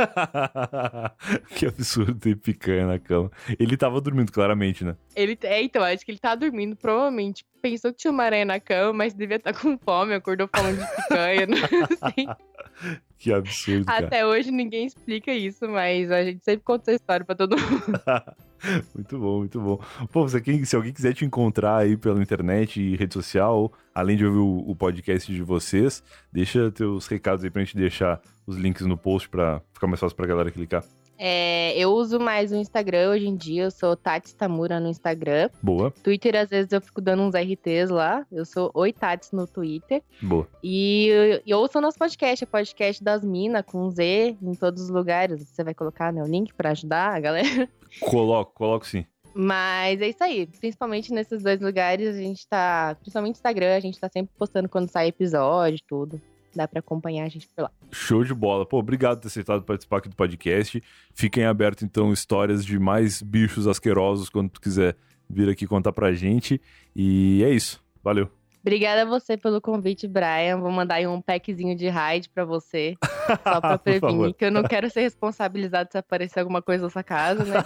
Que absurdo ter picanha na cama. Ele tava dormindo, claramente, né? Então, acho que ele tá dormindo, provavelmente. Pensou que tinha uma aranha na cama, mas devia estar com fome, acordou falando de picanha, não sei. Que absurdo, cara. Até hoje ninguém explica isso, mas a gente sempre conta essa história pra todo mundo. Muito bom, muito bom. Pô, se alguém quiser te encontrar aí pela internet e rede social, além de ouvir o podcast de vocês, deixa teus recados aí pra gente deixar os links no post pra ficar mais fácil pra galera clicar. Eu uso mais o Instagram hoje em dia, eu sou Tati Tamura no Instagram. Boa. Twitter, às vezes eu fico dando uns RTs lá, eu sou Oi Tats no Twitter. Boa. E ouçam nosso podcast, é podcast das Minas, com Z, em todos os lugares. Você vai colocar, né, o link pra ajudar a galera? Coloco sim. Mas é isso aí, principalmente nesses 2 lugares, a gente tá, principalmente no Instagram, a gente tá sempre postando quando sai episódio, tudo. Dá pra acompanhar a gente por lá. Show de bola. Pô, obrigado por ter aceitado participar aqui do podcast. Fiquem abertos, então, histórias de mais bichos asquerosos quando tu quiser vir aqui contar pra gente. E é isso. Valeu. Obrigada a você pelo convite, Brian. Vou mandar aí um packzinho de raid pra você, só pra prevenir, que eu não quero ser responsabilizado se aparecer alguma coisa nessa casa, né?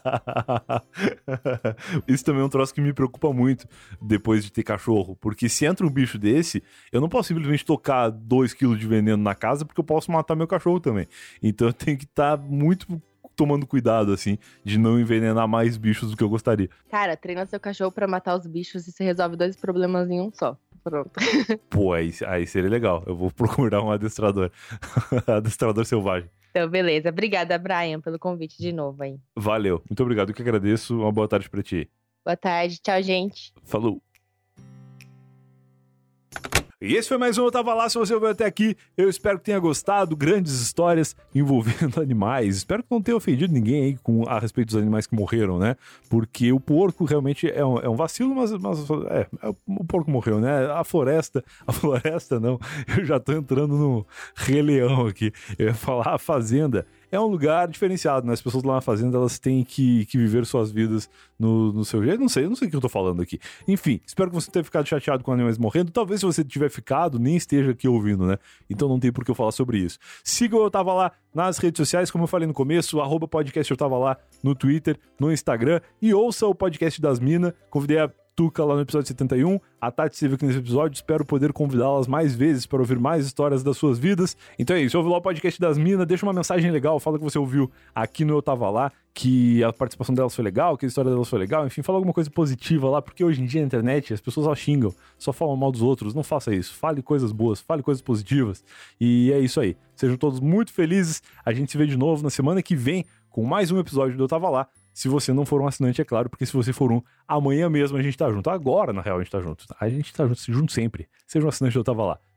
Isso também é um troço que me preocupa muito depois de ter cachorro, porque se entra um bicho desse, eu não posso simplesmente tocar 2 kg de veneno na casa, porque eu posso matar meu cachorro também. Então eu tenho que estar muito tomando cuidado, assim, de não envenenar mais bichos do que eu gostaria. Cara, treina seu cachorro pra matar os bichos e você resolve 2 problemas em um só. Pronto. Pô, aí seria legal. Eu vou procurar um adestrador. Adestrador selvagem. Então, beleza. Obrigada, Brian, pelo convite de novo aí. Valeu. Muito obrigado. Eu que agradeço. Uma boa tarde pra ti. Boa tarde. Tchau, gente. Falou. E esse foi mais um Eu Tava Lá. Se você ouviu até aqui, eu espero que tenha gostado. Grandes histórias envolvendo animais. Espero que não tenha ofendido ninguém aí a respeito dos animais que morreram, né? Porque o porco realmente é um vacilo, mas o porco morreu, né? A floresta não. Eu já tô entrando no Rei Leão aqui. Eu ia falar a fazenda. É um lugar diferenciado, né? As pessoas lá na fazenda, elas têm que viver suas vidas no seu jeito. Eu não sei o que eu tô falando aqui. Enfim, espero que você tenha ficado chateado com animais morrendo. Talvez se você tiver ficado, nem esteja aqui ouvindo, né? Então não tem por que eu falar sobre isso. Siga o Eu Tava Lá nas redes sociais, como eu falei no começo, @podcast Eu Tava Lá no Twitter, no Instagram. E ouça o podcast das Minas. Convidei a Tuca lá no episódio 71, a Tati esteve aqui nesse episódio, espero poder convidá-las mais vezes para ouvir mais histórias das suas vidas. Então é isso, ouve lá o podcast das Minas, deixa uma mensagem legal, fala que você ouviu aqui no Eu Tava Lá, que a participação delas foi legal, que a história delas foi legal, enfim, fala alguma coisa positiva lá, porque hoje em dia na internet as pessoas só xingam, só falam mal dos outros, não faça isso, fale coisas boas, fale coisas positivas, e é isso aí. Sejam todos muito felizes, a gente se vê de novo na semana que vem com mais um episódio do Eu Tava Lá. Se você não for um assinante, é claro, porque se você for um, amanhã mesmo a gente tá junto. Agora, na real, a gente tá junto. A gente tá junto sempre. Seja um assinante, Eu Tava Lá.